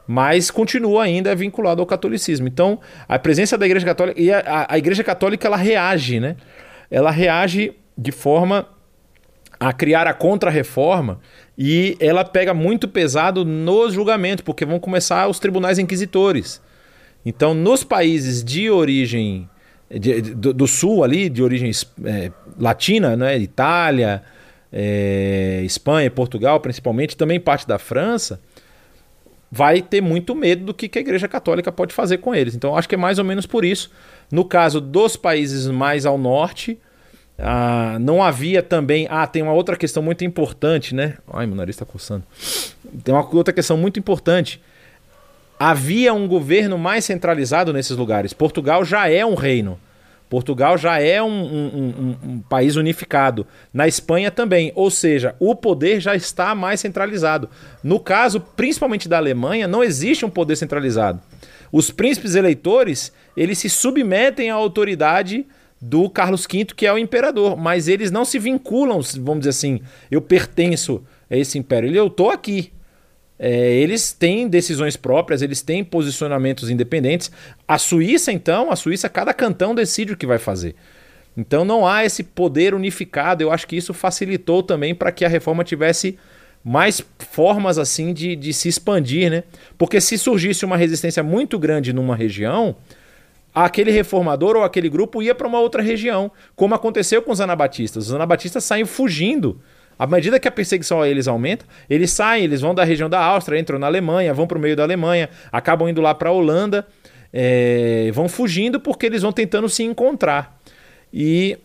mas continua ainda vinculado ao catolicismo. Então, a presença da Igreja Católica... E a Igreja Católica, ela reage, né? Ela reage de forma a criar a contra-reforma e ela pega muito pesado nos julgamentos, porque vão começar os inquisitores. Então, nos países de origem... do sul ali, de origem latina, né? Itália, Espanha, Portugal principalmente, também parte da França, vai ter muito medo do que a Igreja Católica pode fazer com eles. Então acho que é mais ou menos por isso. No caso dos países mais ao norte, não havia também... tem uma outra questão muito importante, né? Ai, meu nariz está coçando. Tem uma outra questão muito importante. Havia um governo mais centralizado nesses lugares. Portugal já é um reino. Portugal já é um país unificado. Na Espanha também. Ou seja, o poder já está mais centralizado. No caso, principalmente da Alemanha, não existe um poder centralizado. Os príncipes eleitores, eles se submetem à autoridade do Carlos V, que é o imperador. Mas eles não se vinculam, vamos dizer assim, eu pertenço a esse império. Eu estou aqui. Eles têm decisões próprias, eles têm posicionamentos independentes. A Suíça, então, cada cantão decide o que vai fazer. Então não há esse poder unificado. Eu acho que isso facilitou também para que a reforma tivesse mais formas assim de se expandir, né? Porque se surgisse uma resistência muito grande numa região, aquele reformador ou aquele grupo ia para uma outra região, como aconteceu com os anabatistas. Os anabatistas saem fugindo. À medida que a perseguição a eles aumenta, eles saem, eles vão da região da Áustria, entram na Alemanha, vão para o meio da Alemanha, acabam indo lá para a Holanda, vão fugindo porque eles vão tentando se encontrar. E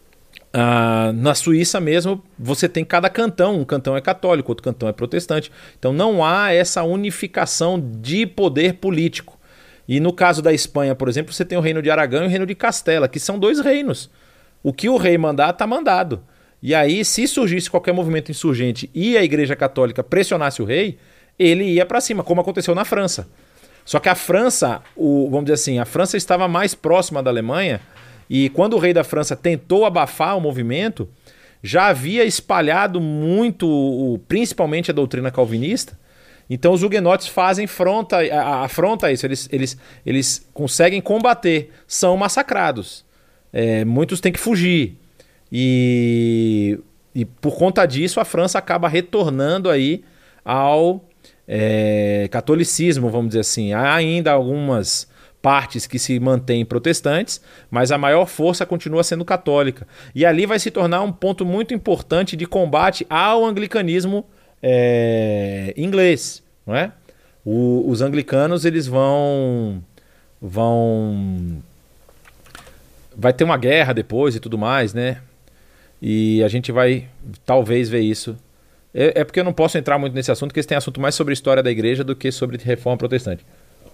na Suíça mesmo, você tem cada cantão, um cantão é católico, outro cantão é protestante. Então não há essa unificação de poder político. E no caso da Espanha, por exemplo, você tem o reino de Aragão e o reino de Castela, que são dois reinos. O que o rei mandar, está mandado. E aí, se surgisse qualquer movimento insurgente e a Igreja Católica pressionasse o rei, ele ia para cima, como aconteceu na França. Só que a França, vamos dizer assim, a França estava mais próxima da Alemanha e quando o rei da França tentou abafar o movimento, já havia espalhado muito, principalmente a doutrina calvinista. Então os huguenotes fazem afronta isso, eles conseguem combater, são massacrados. Muitos têm que fugir. E por conta disso a França acaba retornando aí ao catolicismo, vamos dizer assim. Há ainda algumas partes que se mantêm protestantes, mas a maior força continua sendo católica. E ali vai se tornar um ponto muito importante de combate ao anglicanismo inglês, não é? Os anglicanos, eles vai ter uma guerra depois e tudo mais, né? E a gente vai talvez ver isso. Porque eu não posso entrar muito nesse assunto, porque esse tem assunto mais sobre a história da igreja do que sobre reforma protestante.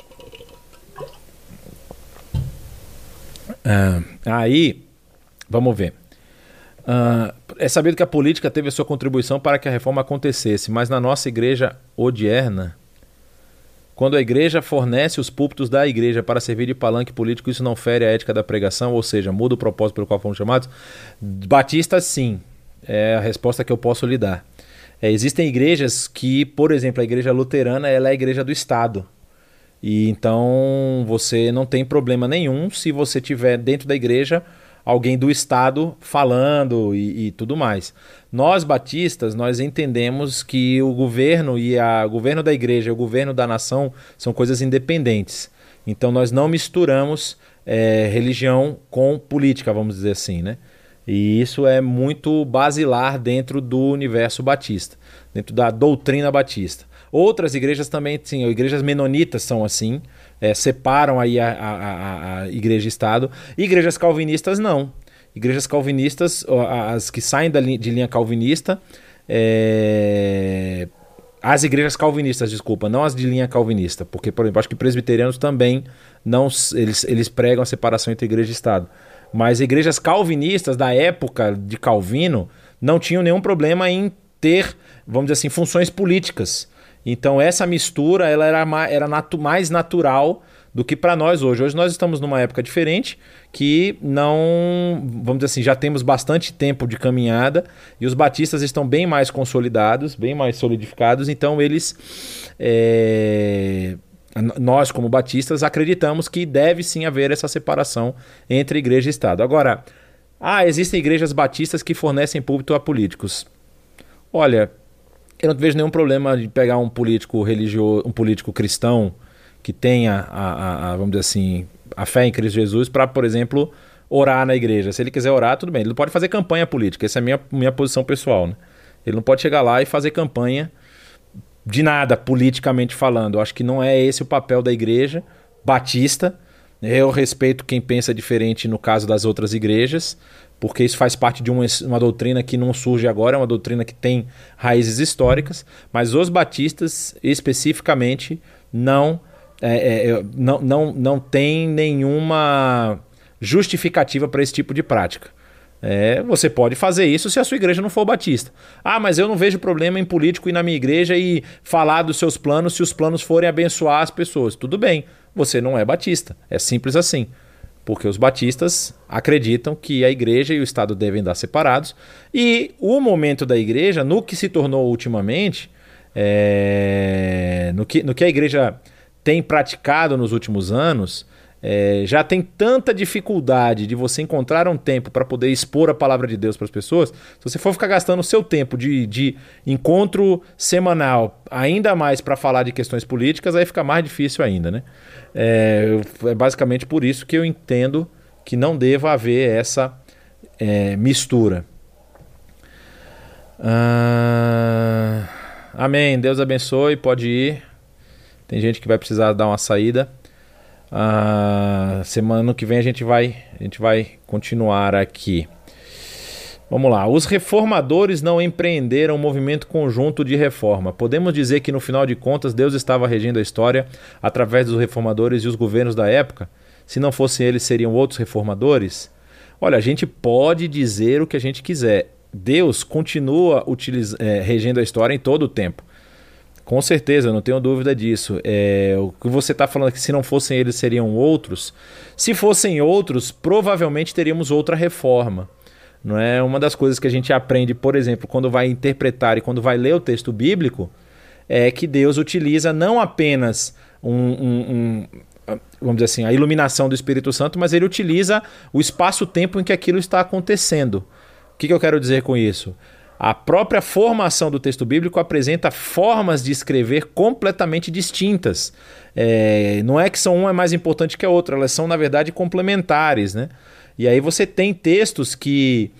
Aí, vamos ver. É sabido que a política teve a sua contribuição para que a reforma acontecesse, mas na nossa igreja odierna, quando a igreja fornece os púlpitos da igreja para servir de palanque político, isso não fere a ética da pregação, ou seja, muda o propósito pelo qual fomos chamados? Batistas, sim. É a resposta que eu posso lhe dar. Existem igrejas que, por exemplo, a igreja luterana, ela é a igreja do Estado. E então você não tem problema nenhum se você tiver dentro da igreja alguém do Estado falando e tudo mais. Nós batistas, nós entendemos que o governo o governo da igreja e o governo da nação são coisas independentes. Então nós não misturamos religião com política, vamos dizer assim, né? E isso é muito basilar dentro do universo batista, dentro da doutrina batista. Outras igrejas também, sim, igrejas menonitas são assim, separam aí a igreja e Estado. Igrejas calvinistas não. Igrejas calvinistas, as que saem de linha calvinista, as igrejas calvinistas, desculpa, não as de linha calvinista, porque, por exemplo, acho que presbiterianos também não, eles pregam a separação entre igreja e Estado. Mas igrejas calvinistas da época de Calvino não tinham nenhum problema em ter, vamos dizer assim, funções políticas. Então essa mistura ela era mais natural do que para nós hoje. Hoje nós estamos numa época diferente, que não, vamos dizer assim, já temos bastante tempo de caminhada e os batistas estão bem mais consolidados, bem mais solidificados, então eles, nós como batistas acreditamos que deve sim haver essa separação entre igreja e Estado. Agora, existem igrejas batistas que fornecem púlpito a políticos. Olha, eu não vejo nenhum problema de pegar um político religioso, um político cristão que tenha, vamos dizer assim, a fé em Cristo Jesus para, por exemplo, orar na igreja. Se ele quiser orar, tudo bem. Ele não pode fazer campanha política. Essa é a minha posição pessoal, né? Ele não pode chegar lá e fazer campanha de nada, politicamente falando. Eu acho que não é esse o papel da igreja batista. Eu respeito quem pensa diferente no caso das outras igrejas, porque isso faz parte de uma doutrina que não surge agora, é uma doutrina que tem raízes históricas, mas os batistas especificamente não tem nenhuma justificativa para esse tipo de prática. Você pode fazer isso se a sua igreja não for batista. Mas eu não vejo problema em político ir na minha igreja e falar dos seus planos se os planos forem abençoar as pessoas. Tudo bem, você não é batista. É simples assim. Porque os batistas acreditam que a igreja e o Estado devem andar separados. E o momento da igreja, no que se tornou ultimamente, no que a igreja tem praticado nos últimos anos, já tem tanta dificuldade de você encontrar um tempo para poder expor a palavra de Deus para as pessoas. Se você for ficar gastando o seu tempo de encontro semanal ainda mais para falar de questões políticas, aí fica mais difícil ainda, né? É basicamente por isso que eu entendo que não deva haver essa mistura. Amém, Deus abençoe, pode ir. Tem gente que vai precisar dar uma saída. Semana que vem a gente vai continuar aqui. Vamos lá. Os reformadores não empreenderam um movimento conjunto de reforma. Podemos dizer que no final de contas Deus estava regendo a história através dos reformadores e os governos da época? Se não fossem eles, seriam outros reformadores? Olha, a gente pode dizer o que a gente quiser. Deus continua regendo a história em todo o tempo. Com certeza, eu não tenho dúvida disso. O que você está falando é que se não fossem eles, seriam outros. Se fossem outros, provavelmente teríamos outra reforma. Não é? Uma das coisas que a gente aprende, por exemplo, quando vai interpretar e quando vai ler o texto bíblico, é que Deus utiliza não apenas vamos dizer assim, a iluminação do Espírito Santo, mas ele utiliza o espaço-tempo em que aquilo está acontecendo. O que eu quero dizer com isso? A própria formação do texto bíblico apresenta formas de escrever completamente distintas. Não é que uma é mais importante que a outra, elas são, na verdade, complementares, né? E aí você tem textos que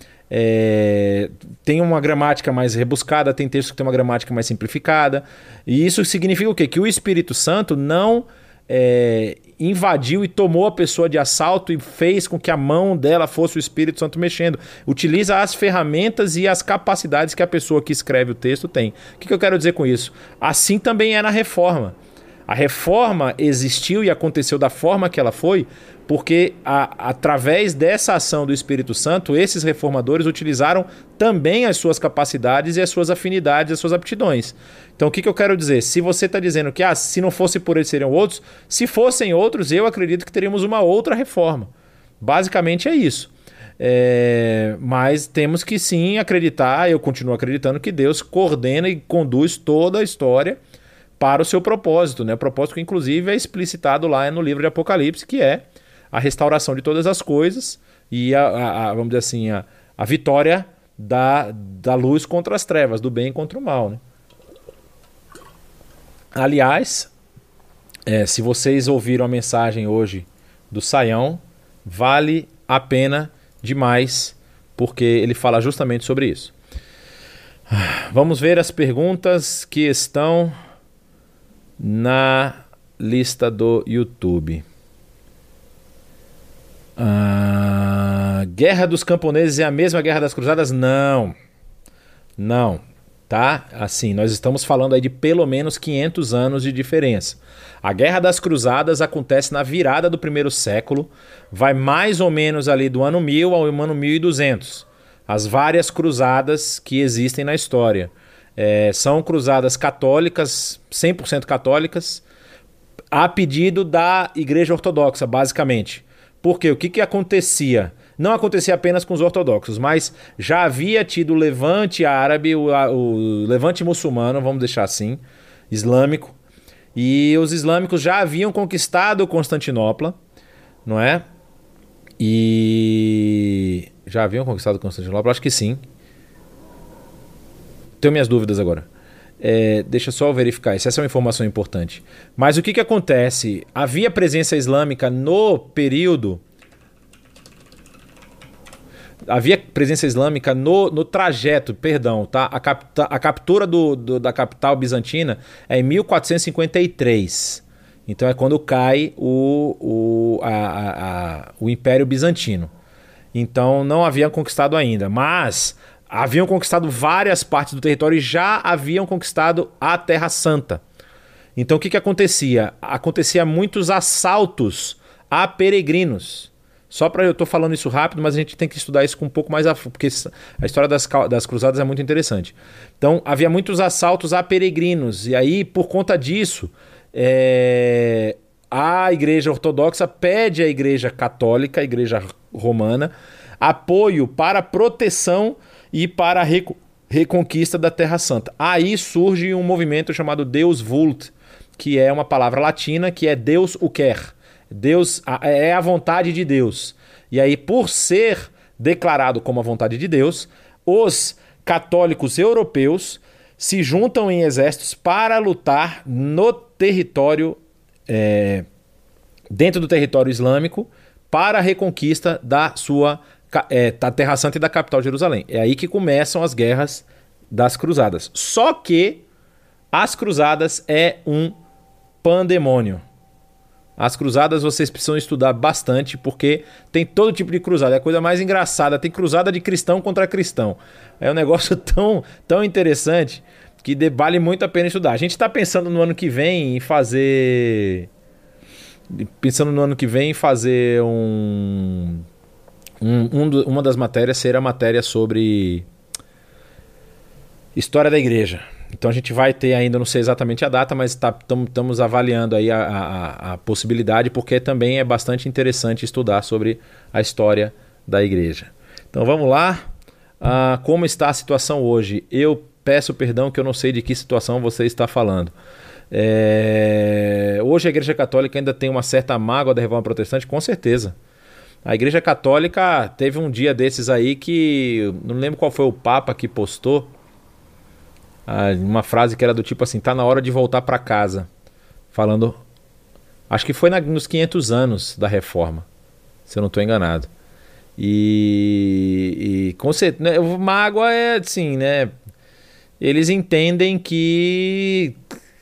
tem uma gramática mais rebuscada, tem textos que tem uma gramática mais simplificada. E isso significa o quê? Que o Espírito Santo não invadiu e tomou a pessoa de assalto e fez com que a mão dela fosse o Espírito Santo mexendo. Utiliza as ferramentas e as capacidades que a pessoa que escreve o texto tem. O que eu quero dizer com isso? Assim também é na Reforma. A Reforma existiu e aconteceu da forma que ela foi porque através dessa ação do Espírito Santo, esses reformadores utilizaram também as suas capacidades e as suas afinidades, as suas aptidões. Então o que eu quero dizer? Se você está dizendo que se não fosse por eles seriam outros, se fossem outros, eu acredito que teríamos uma outra reforma. Basicamente é isso. Mas temos que sim acreditar, eu continuo acreditando que Deus coordena e conduz toda a história para o seu propósito, né? O propósito que inclusive é explicitado lá no livro de Apocalipse, que é a restauração de todas as coisas e vamos dizer assim, a vitória da luz contra as trevas, do bem contra o mal, né? Aliás, se vocês ouviram a mensagem hoje do Saião, vale a pena demais, porque ele fala justamente sobre isso. Vamos ver as perguntas que estão na lista do YouTube. Guerra dos Camponeses é a mesma Guerra das Cruzadas? Não, tá? Assim, nós estamos falando aí de pelo menos 500 anos de diferença. A Guerra das Cruzadas acontece na virada do primeiro século, vai mais ou menos ali do ano 1000 ao ano 1200. As várias cruzadas que existem na história. São cruzadas católicas, 100% católicas. a pedido da Igreja Ortodoxa, basicamente. Porque o que acontecia? Não acontecia apenas com os ortodoxos, mas já havia tido o levante árabe, o levante muçulmano, vamos deixar assim, islâmico, e os islâmicos já haviam conquistado Constantinopla, não é? E já haviam conquistado Constantinopla? Acho que sim. Tenho minhas dúvidas agora. Deixa eu só verificar isso. Essa é uma informação importante. Mas o que acontece? Havia presença islâmica no período... Havia presença islâmica no trajeto, perdão, tá? A captura da capital bizantina é em 1453. Então é quando cai o Império Bizantino. Então não haviam conquistado ainda, mas haviam conquistado várias partes do território e já haviam conquistado a Terra Santa. Então o que acontecia? Acontecia muitos assaltos a peregrinos. Eu estou falando isso rápido, mas a gente tem que estudar isso com um pouco mais a fundo, porque a história das cruzadas é muito interessante. Então havia muitos assaltos a peregrinos, e aí por conta disso a Igreja Ortodoxa pede à Igreja Católica, a Igreja Romana, apoio para proteção e para a reconquista da Terra Santa. Aí surge um movimento chamado Deus Vult, que é uma palavra latina que é Deus o quer. Deus é a vontade de Deus. E aí, por ser declarado como a vontade de Deus, os católicos europeus se juntam em exércitos para lutar no território, dentro do território islâmico, para a reconquista da Terra Santa e da capital Jerusalém. É aí que começam as guerras das cruzadas. Só que as cruzadas é um pandemônio. As cruzadas vocês precisam estudar bastante, porque tem todo tipo de cruzada. É a coisa mais engraçada. Tem cruzada de cristão contra cristão. É um negócio tão interessante que vale muito a pena estudar. A gente está pensando no ano que vem em fazer... uma das matérias ser a matéria sobre história da igreja. Então a gente vai ter ainda, não sei exatamente a data, mas estamos avaliando aí a possibilidade, porque também é bastante interessante estudar sobre a história da igreja. Então vamos lá. Como está a situação hoje? Eu peço perdão que eu não sei de que situação você está falando. Hoje a Igreja Católica ainda tem uma certa mágoa da Reforma Protestante, com certeza. A Igreja Católica teve um dia desses aí que... não lembro qual foi o Papa que postou uma frase que era do tipo assim: tá na hora de voltar para casa. Falando... acho que foi nos 500 anos da Reforma, se eu não estou enganado. E com certeza, né, mágoa é assim, né? Eles entendem que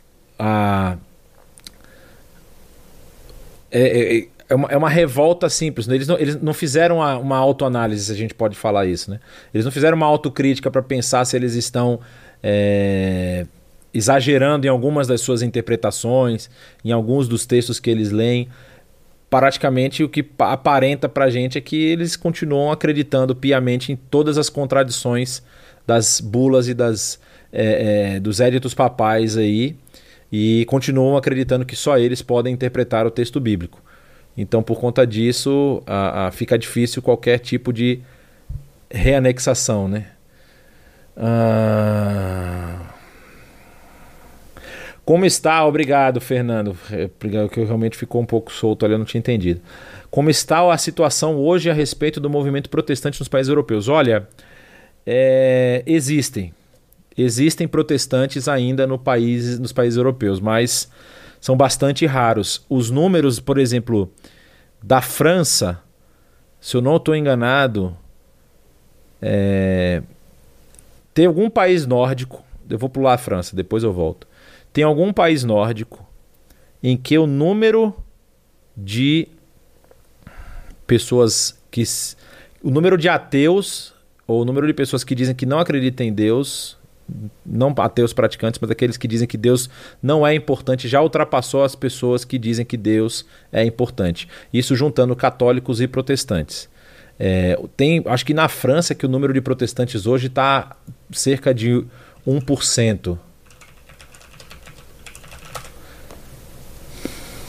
é uma revolta simples, né? Eles não fizeram uma autoanálise, se a gente pode falar isso, né? Eles não fizeram uma autocrítica para pensar se eles estão exagerando em algumas das suas interpretações, em alguns dos textos que eles leem. Praticamente o que aparenta pra gente é que eles continuam acreditando piamente em todas as contradições das bulas e dos éditos papais aí, e continuam acreditando que só eles podem interpretar o texto bíblico. Então, por conta disso, fica difícil qualquer tipo de reanexação, né? Como está? Obrigado, Fernando. Obrigado, que realmente ficou um pouco solto ali, eu não tinha entendido. Como está a situação hoje a respeito do movimento protestante nos países europeus? Olha, existem protestantes ainda nos países europeus, mas são bastante raros. Os números, por exemplo, da França, se eu não estou enganado, tem algum país nórdico, eu vou pular a França, depois eu volto. Tem algum país nórdico em que o número de pessoas o número de ateus, ou o número de pessoas que dizem que não acreditam em Deus, não ateus praticantes, mas aqueles que dizem que Deus não é importante, já ultrapassou as pessoas que dizem que Deus é importante. Isso juntando católicos e protestantes. Acho que na França que o número de protestantes hoje está cerca de 1%.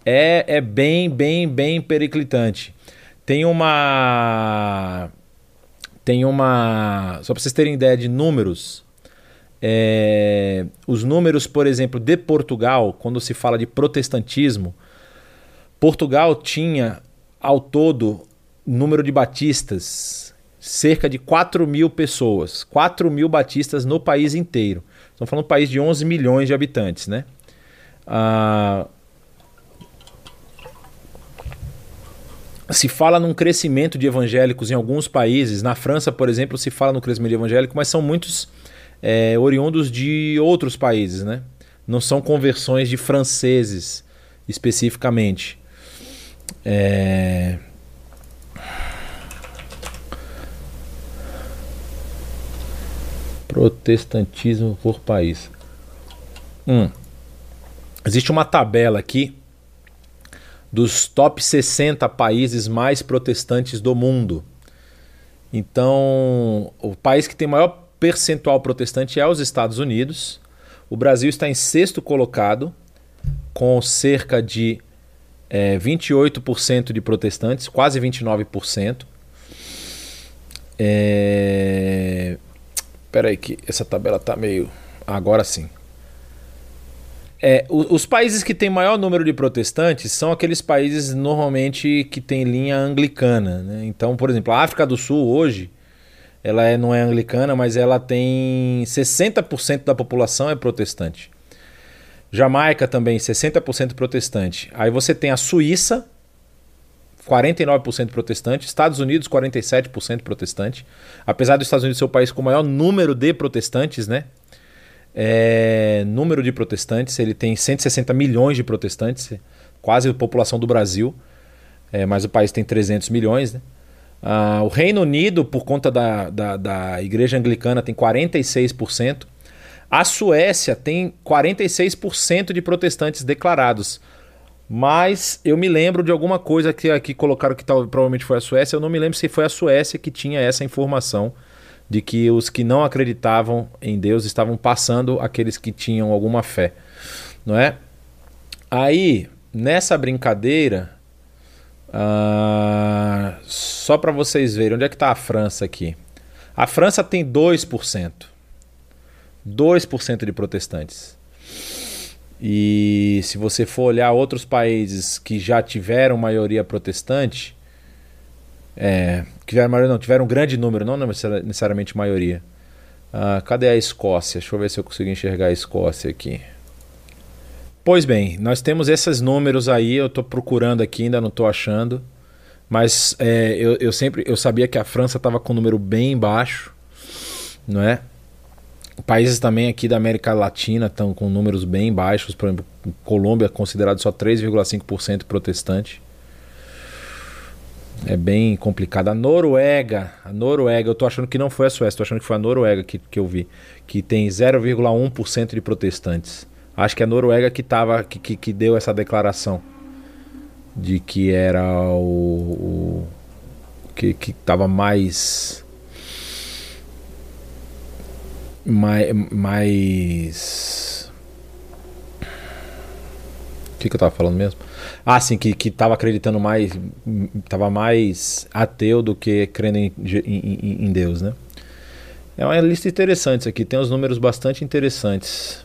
é bem, bem, bem periclitante. Tem uma... Só para vocês terem ideia de números, os números, por exemplo, de Portugal, quando se fala de protestantismo, Portugal tinha, ao todo, número de batistas, cerca de 4.000 pessoas. 4.000 batistas no país inteiro. Estamos falando de um país de 11 milhões de habitantes, né? Se fala num crescimento de evangélicos em alguns países. Na França, por exemplo, se fala no crescimento de evangélico, mas são muitos oriundos de outros países, né? Não são conversões de franceses, especificamente. Protestantismo por país. Existe uma tabela aqui dos top 60 países mais protestantes do mundo. Então, o país que tem maior percentual protestante é os Estados Unidos. O Brasil está em sexto colocado, com cerca de 28% de protestantes, quase 29%. Espera aí que essa tabela está meio... Agora sim. Os países que têm maior número de protestantes são aqueles países normalmente que têm linha anglicana, né? Então, por exemplo, a África do Sul hoje, ela não é anglicana, mas ela tem 60% da população é protestante. Jamaica também, 60% protestante. Aí você tem a Suíça, 49% protestante. Estados Unidos, 47% protestante. Apesar dos Estados Unidos ser o país com o maior número de protestantes, né? Número de protestantes, ele tem 160 milhões de protestantes, quase a população do Brasil, mas o país tem 300 milhões, né? O Reino Unido, por conta da igreja anglicana, tem 46%. A Suécia tem 46% de protestantes declarados. Mas eu me lembro de alguma coisa que aqui colocaram que provavelmente foi a Suécia. Eu não me lembro se foi a Suécia que tinha essa informação de que os que não acreditavam em Deus estavam passando aqueles que tinham alguma fé, não é? Aí, nessa brincadeira, só para vocês verem, onde é que está a França aqui? A França tem 2%. 2% de protestantes. E se você for olhar outros países que já tiveram maioria protestante, tiveram um grande número, não necessariamente maioria. Cadê a Escócia? Deixa eu ver se eu consigo enxergar a Escócia aqui. Pois bem, nós temos esses números aí, eu estou procurando aqui, ainda não estou achando. Mas eu sabia que a França estava com um número bem baixo, não é? Países também aqui da América Latina estão com números bem baixos. Por exemplo, Colômbia é considerado só 3,5% protestante. É bem complicado. A Noruega, eu tô achando que não foi a Suécia, tô achando que foi a Noruega que eu vi, que tem 0,1% de protestantes. Acho que é a Noruega que deu essa declaração de que era que estava mais o que eu tava falando mesmo? Sim, que tava acreditando mais, tava mais ateu do que crendo em Deus, né? É uma lista interessante isso aqui, tem uns números bastante interessantes.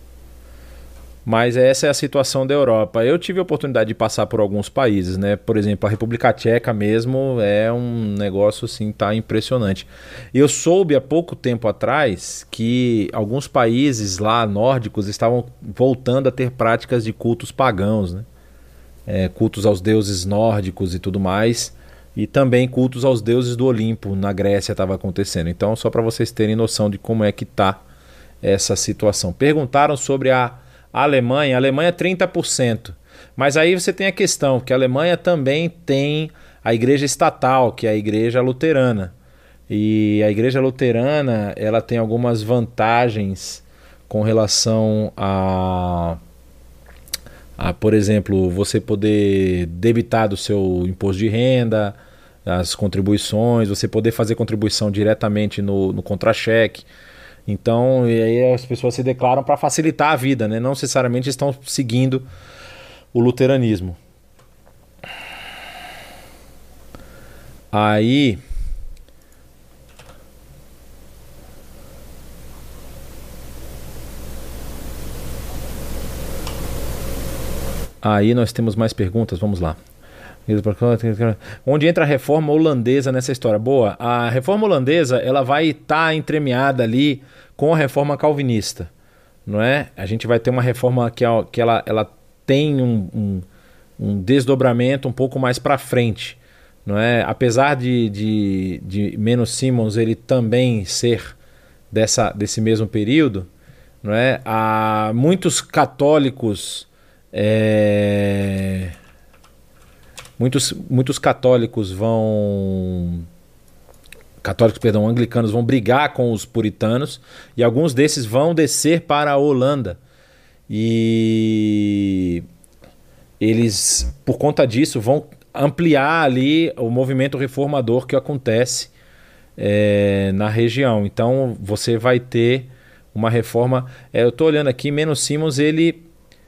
Mas essa é a situação da Europa. Eu tive a oportunidade de passar por alguns países, né? Por exemplo, a República Tcheca mesmo é um negócio assim, tá impressionante. Eu soube há pouco tempo atrás que alguns países lá nórdicos estavam voltando a ter práticas de cultos pagãos, né? Cultos aos deuses nórdicos e tudo mais. E também cultos aos deuses do Olimpo, na Grécia estava acontecendo. Então, só para vocês terem noção de como é que tá essa situação. Perguntaram sobre a Alemanha é 30%. Mas aí você tem a questão que a Alemanha também tem a igreja estatal, que é a igreja luterana. E a igreja luterana, ela tem algumas vantagens com relação por exemplo, você poder debitar do seu imposto de renda, as contribuições, você poder fazer contribuição diretamente no contra-cheque. Então, e aí as pessoas se declaram para facilitar a vida, né? Não necessariamente estão seguindo o luteranismo. Aí nós temos mais perguntas, vamos lá. Onde entra a reforma holandesa nessa história? Boa, a reforma holandesa ela vai estar entremeada ali com a reforma calvinista, não é? A gente vai ter uma reforma que ela tem um desdobramento um pouco mais para frente, não é? Apesar de Menno Simons ele também ser desse mesmo período, não é? Há muitos católicos muitos católicos anglicanos vão brigar com os puritanos e alguns desses vão descer para a Holanda e eles, por conta disso, vão ampliar ali o movimento reformador que acontece na região. Então você vai ter uma reforma. Eu estou olhando aqui, Menno Simons ele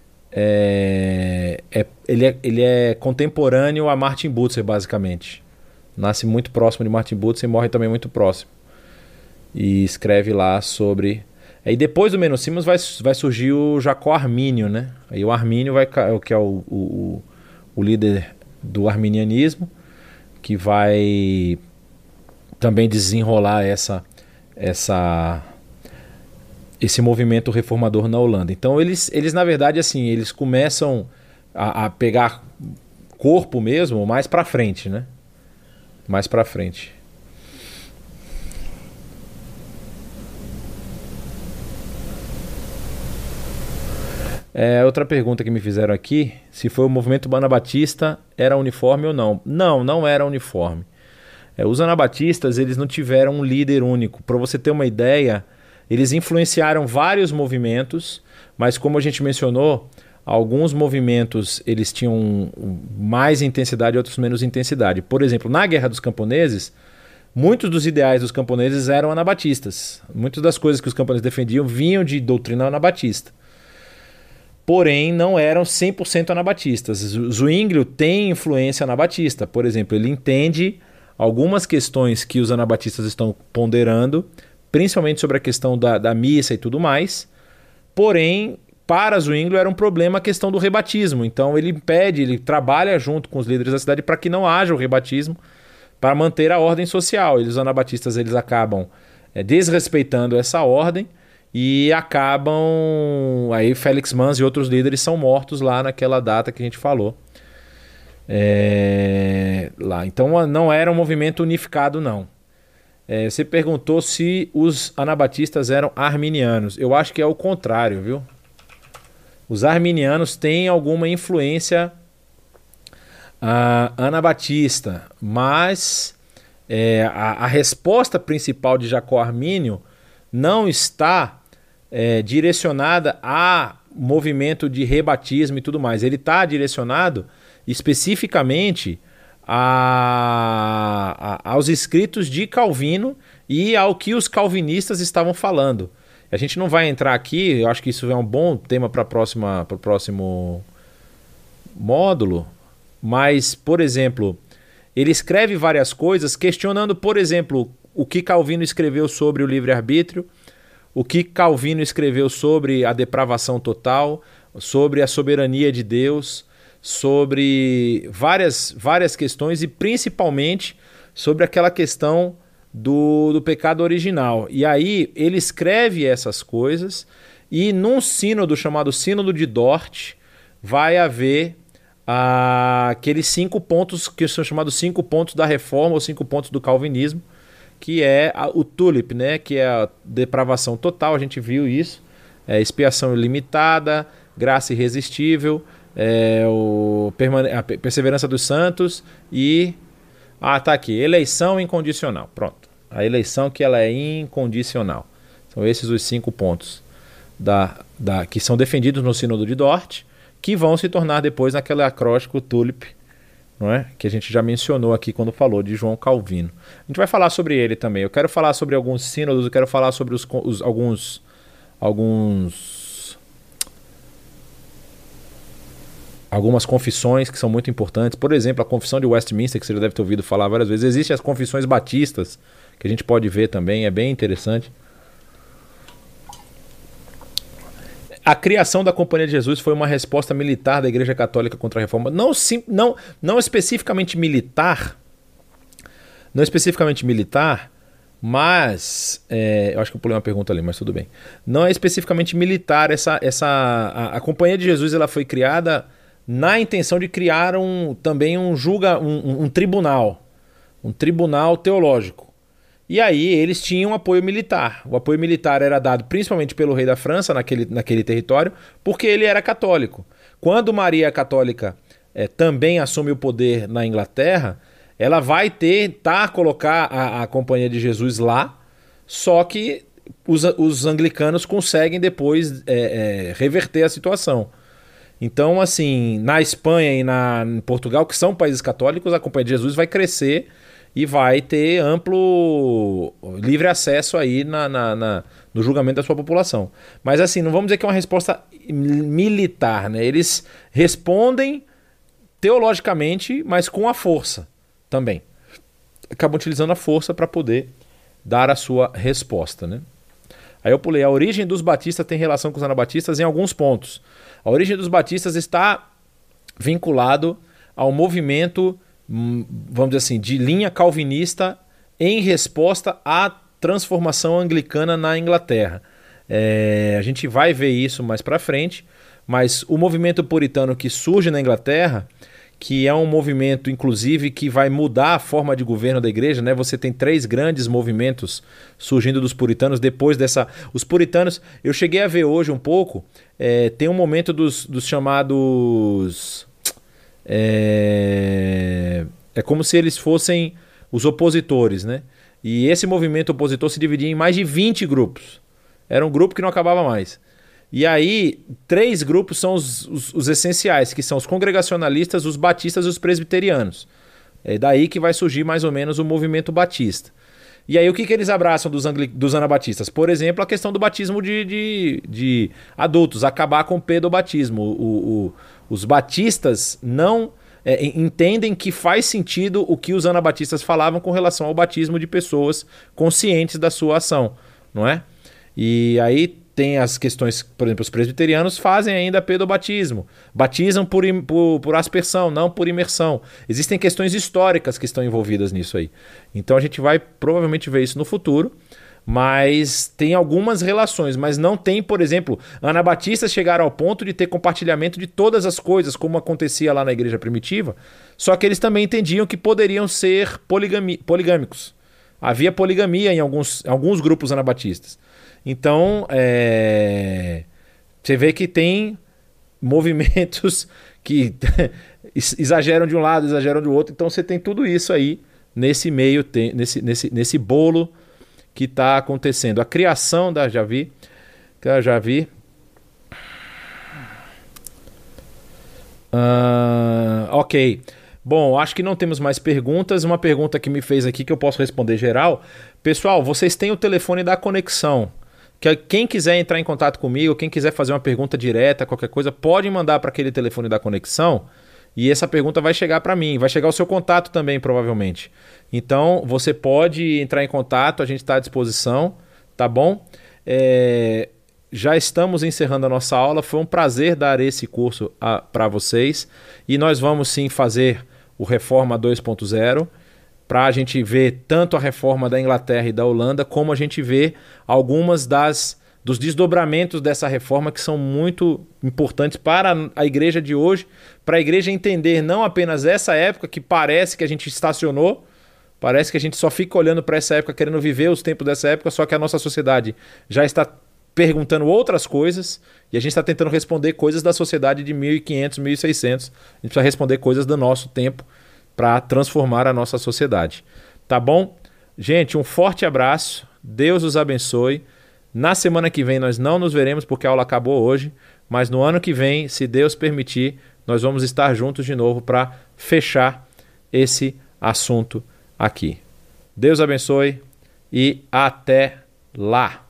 é contemporâneo a Martin Butzer, basicamente. Nasce muito próximo de Martin Butzer e morre também muito próximo. E escreve lá sobre... Aí depois do Menno Simons vai surgir o Jacó Armínio, né? Aí o Armínio que é o líder do arminianismo, que vai também desenrolar esse movimento reformador na Holanda. Então eles na verdade assim, eles começam a pegar corpo mesmo mais para frente, né? Mais para frente. Outra pergunta que me fizeram aqui, se foi o movimento anabatista, era uniforme ou não? Não era uniforme. Os anabatistas, eles não tiveram um líder único. Para você ter uma ideia, eles influenciaram vários movimentos, mas como a gente mencionou, alguns movimentos eles tinham mais intensidade e outros menos intensidade. Por exemplo, na Guerra dos Camponeses, muitos dos ideais dos camponeses eram anabatistas. Muitas das coisas que os camponeses defendiam vinham de doutrina anabatista. Porém, não eram 100% anabatistas. Zwinglio tem influência anabatista. Por exemplo, ele entende algumas questões que os anabatistas estão ponderando, principalmente sobre a questão da missa e tudo mais. Porém, para Zwinglio era um problema a questão do rebatismo. Então ele trabalha junto com os líderes da cidade para que não haja o rebatismo, para manter a ordem social. Os anabatistas eles acabam desrespeitando essa ordem e acabam... Aí Félix Manz e outros líderes são mortos lá naquela data que a gente falou. Lá. Então não era um movimento unificado, não. Você perguntou se os anabatistas eram arminianos. Eu acho que é o contrário, viu? Os arminianos têm alguma influência anabatista, mas a resposta principal de Jacó Armínio não está direcionada a movimento de rebatismo e tudo mais. Ele está direcionado especificamente aos escritos de Calvino e ao que os calvinistas estavam falando. A gente não vai entrar aqui, eu acho que isso é um bom tema para o próximo módulo, mas, por exemplo, ele escreve várias coisas questionando, por exemplo, o que Calvino escreveu sobre o livre-arbítrio, o que Calvino escreveu sobre a depravação total, sobre a soberania de Deus, sobre várias questões e principalmente sobre aquela questão do pecado original. E aí ele escreve essas coisas e num sínodo chamado Sínodo de Dort vai haver aqueles 5 pontos que são chamados 5 pontos da reforma ou 5 pontos do calvinismo, que é o tulip, né? Que é a depravação total, a gente viu isso, expiação ilimitada, graça irresistível, a perseverança dos santos e... tá aqui, eleição incondicional. Pronto, a eleição que ela é incondicional. São esses os 5 pontos que são defendidos no Sínodo de Dort, que vão se tornar depois naquele acróstico tulip, não é? Que a gente já mencionou aqui quando falou de João Calvino. A gente vai falar sobre ele também. Eu quero falar sobre alguns sínodos, eu quero falar sobre alguns algumas confissões que são muito importantes. Por exemplo, a confissão de Westminster, que você já deve ter ouvido falar várias vezes. Existem as confissões batistas, que a gente pode ver também, é bem interessante. A criação da Companhia de Jesus foi uma resposta militar da Igreja Católica contra a Reforma. Não especificamente militar, mas... eu acho que eu pulei uma pergunta ali, mas tudo bem. Não é especificamente militar. A Companhia de Jesus ela foi criada na intenção de criar também um tribunal. Um tribunal teológico. E aí eles tinham apoio militar. O apoio militar era dado principalmente pelo rei da França naquele território, porque ele era católico. Quando Maria católica também assume o poder na Inglaterra, ela vai tentar colocar a Companhia de Jesus lá, só que os anglicanos conseguem depois reverter a situação. Então, assim, na Espanha e em Portugal, que são países católicos, a Companhia de Jesus vai crescer e vai ter amplo, livre acesso aí no julgamento da sua população. Mas assim, não vamos dizer que é uma resposta militar, né? Eles respondem teologicamente, mas com a força também. Acabam utilizando a força para poder dar a sua resposta, né? Aí eu pulei. A origem dos batistas tem relação com os anabatistas em alguns pontos. A origem dos batistas está vinculado ao movimento, vamos dizer assim, de linha calvinista em resposta à transformação anglicana na Inglaterra. A gente vai ver isso mais para frente, mas o movimento puritano que surge na Inglaterra, que é um movimento, inclusive, que vai mudar a forma de governo da igreja, né? Você tem 3 grandes movimentos surgindo dos puritanos depois dessa... Os puritanos, eu cheguei a ver hoje um pouco, tem um momento dos chamados... É como se eles fossem os opositores, né? E esse movimento opositor se dividia em mais de 20 grupos. Era um grupo que não acabava mais. E aí, 3 grupos são os essenciais, que são os congregacionalistas, os batistas e os presbiterianos. É daí que vai surgir mais ou menos o movimento batista. E aí o que eles abraçam dos anabatistas? Por exemplo, a questão do batismo de adultos, acabar com o pedobatismo. Os batistas não entendem que faz sentido o que os anabatistas falavam com relação ao batismo de pessoas conscientes da sua ação, não é? E aí tem as questões, por exemplo, os presbiterianos fazem ainda pedobatismo, batizam por aspersão, não por imersão. Existem questões históricas que estão envolvidas nisso aí. Então a gente vai provavelmente ver isso no futuro, mas tem algumas relações, mas não tem, por exemplo, anabatistas chegaram ao ponto de ter compartilhamento de todas as coisas, como acontecia lá na igreja primitiva, só que eles também entendiam que poderiam ser poligâmicos. Havia poligamia em alguns grupos anabatistas. Então, você vê que tem movimentos que exageram de um lado, exageram do outro. Então você tem tudo isso aí nesse meio, nesse bolo que está acontecendo. A criação da... Já vi. Ok. Bom, acho que não temos mais perguntas. Uma pergunta que me fez aqui que eu posso responder geral. Pessoal, vocês têm o telefone da conexão. Quem quiser entrar em contato comigo, quem quiser fazer uma pergunta direta, qualquer coisa, pode mandar para aquele telefone da conexão e essa pergunta vai chegar para mim. Vai chegar o seu contato também, provavelmente. Então, você pode entrar em contato, a gente está à disposição, tá bom? Já estamos encerrando a nossa aula. Foi um prazer dar esse curso para vocês e nós vamos sim fazer o Reforma 2.0 para a gente ver tanto a reforma da Inglaterra e da Holanda, como a gente vê algumas dos desdobramentos dessa reforma que são muito importantes para a igreja de hoje, para a igreja entender não apenas essa época que parece que a gente estacionou, parece que a gente só fica olhando para essa época, querendo viver os tempos dessa época, só que a nossa sociedade já está perguntando outras coisas e a gente está tentando responder coisas da sociedade de 1500, 1600. A gente precisa responder coisas do nosso tempo para transformar a nossa sociedade. Tá bom? Gente, um forte abraço. Deus os abençoe. Na semana que vem nós não nos veremos porque a aula acabou hoje, mas no ano que vem, se Deus permitir, nós vamos estar juntos de novo para fechar esse assunto aqui. Deus abençoe e até lá!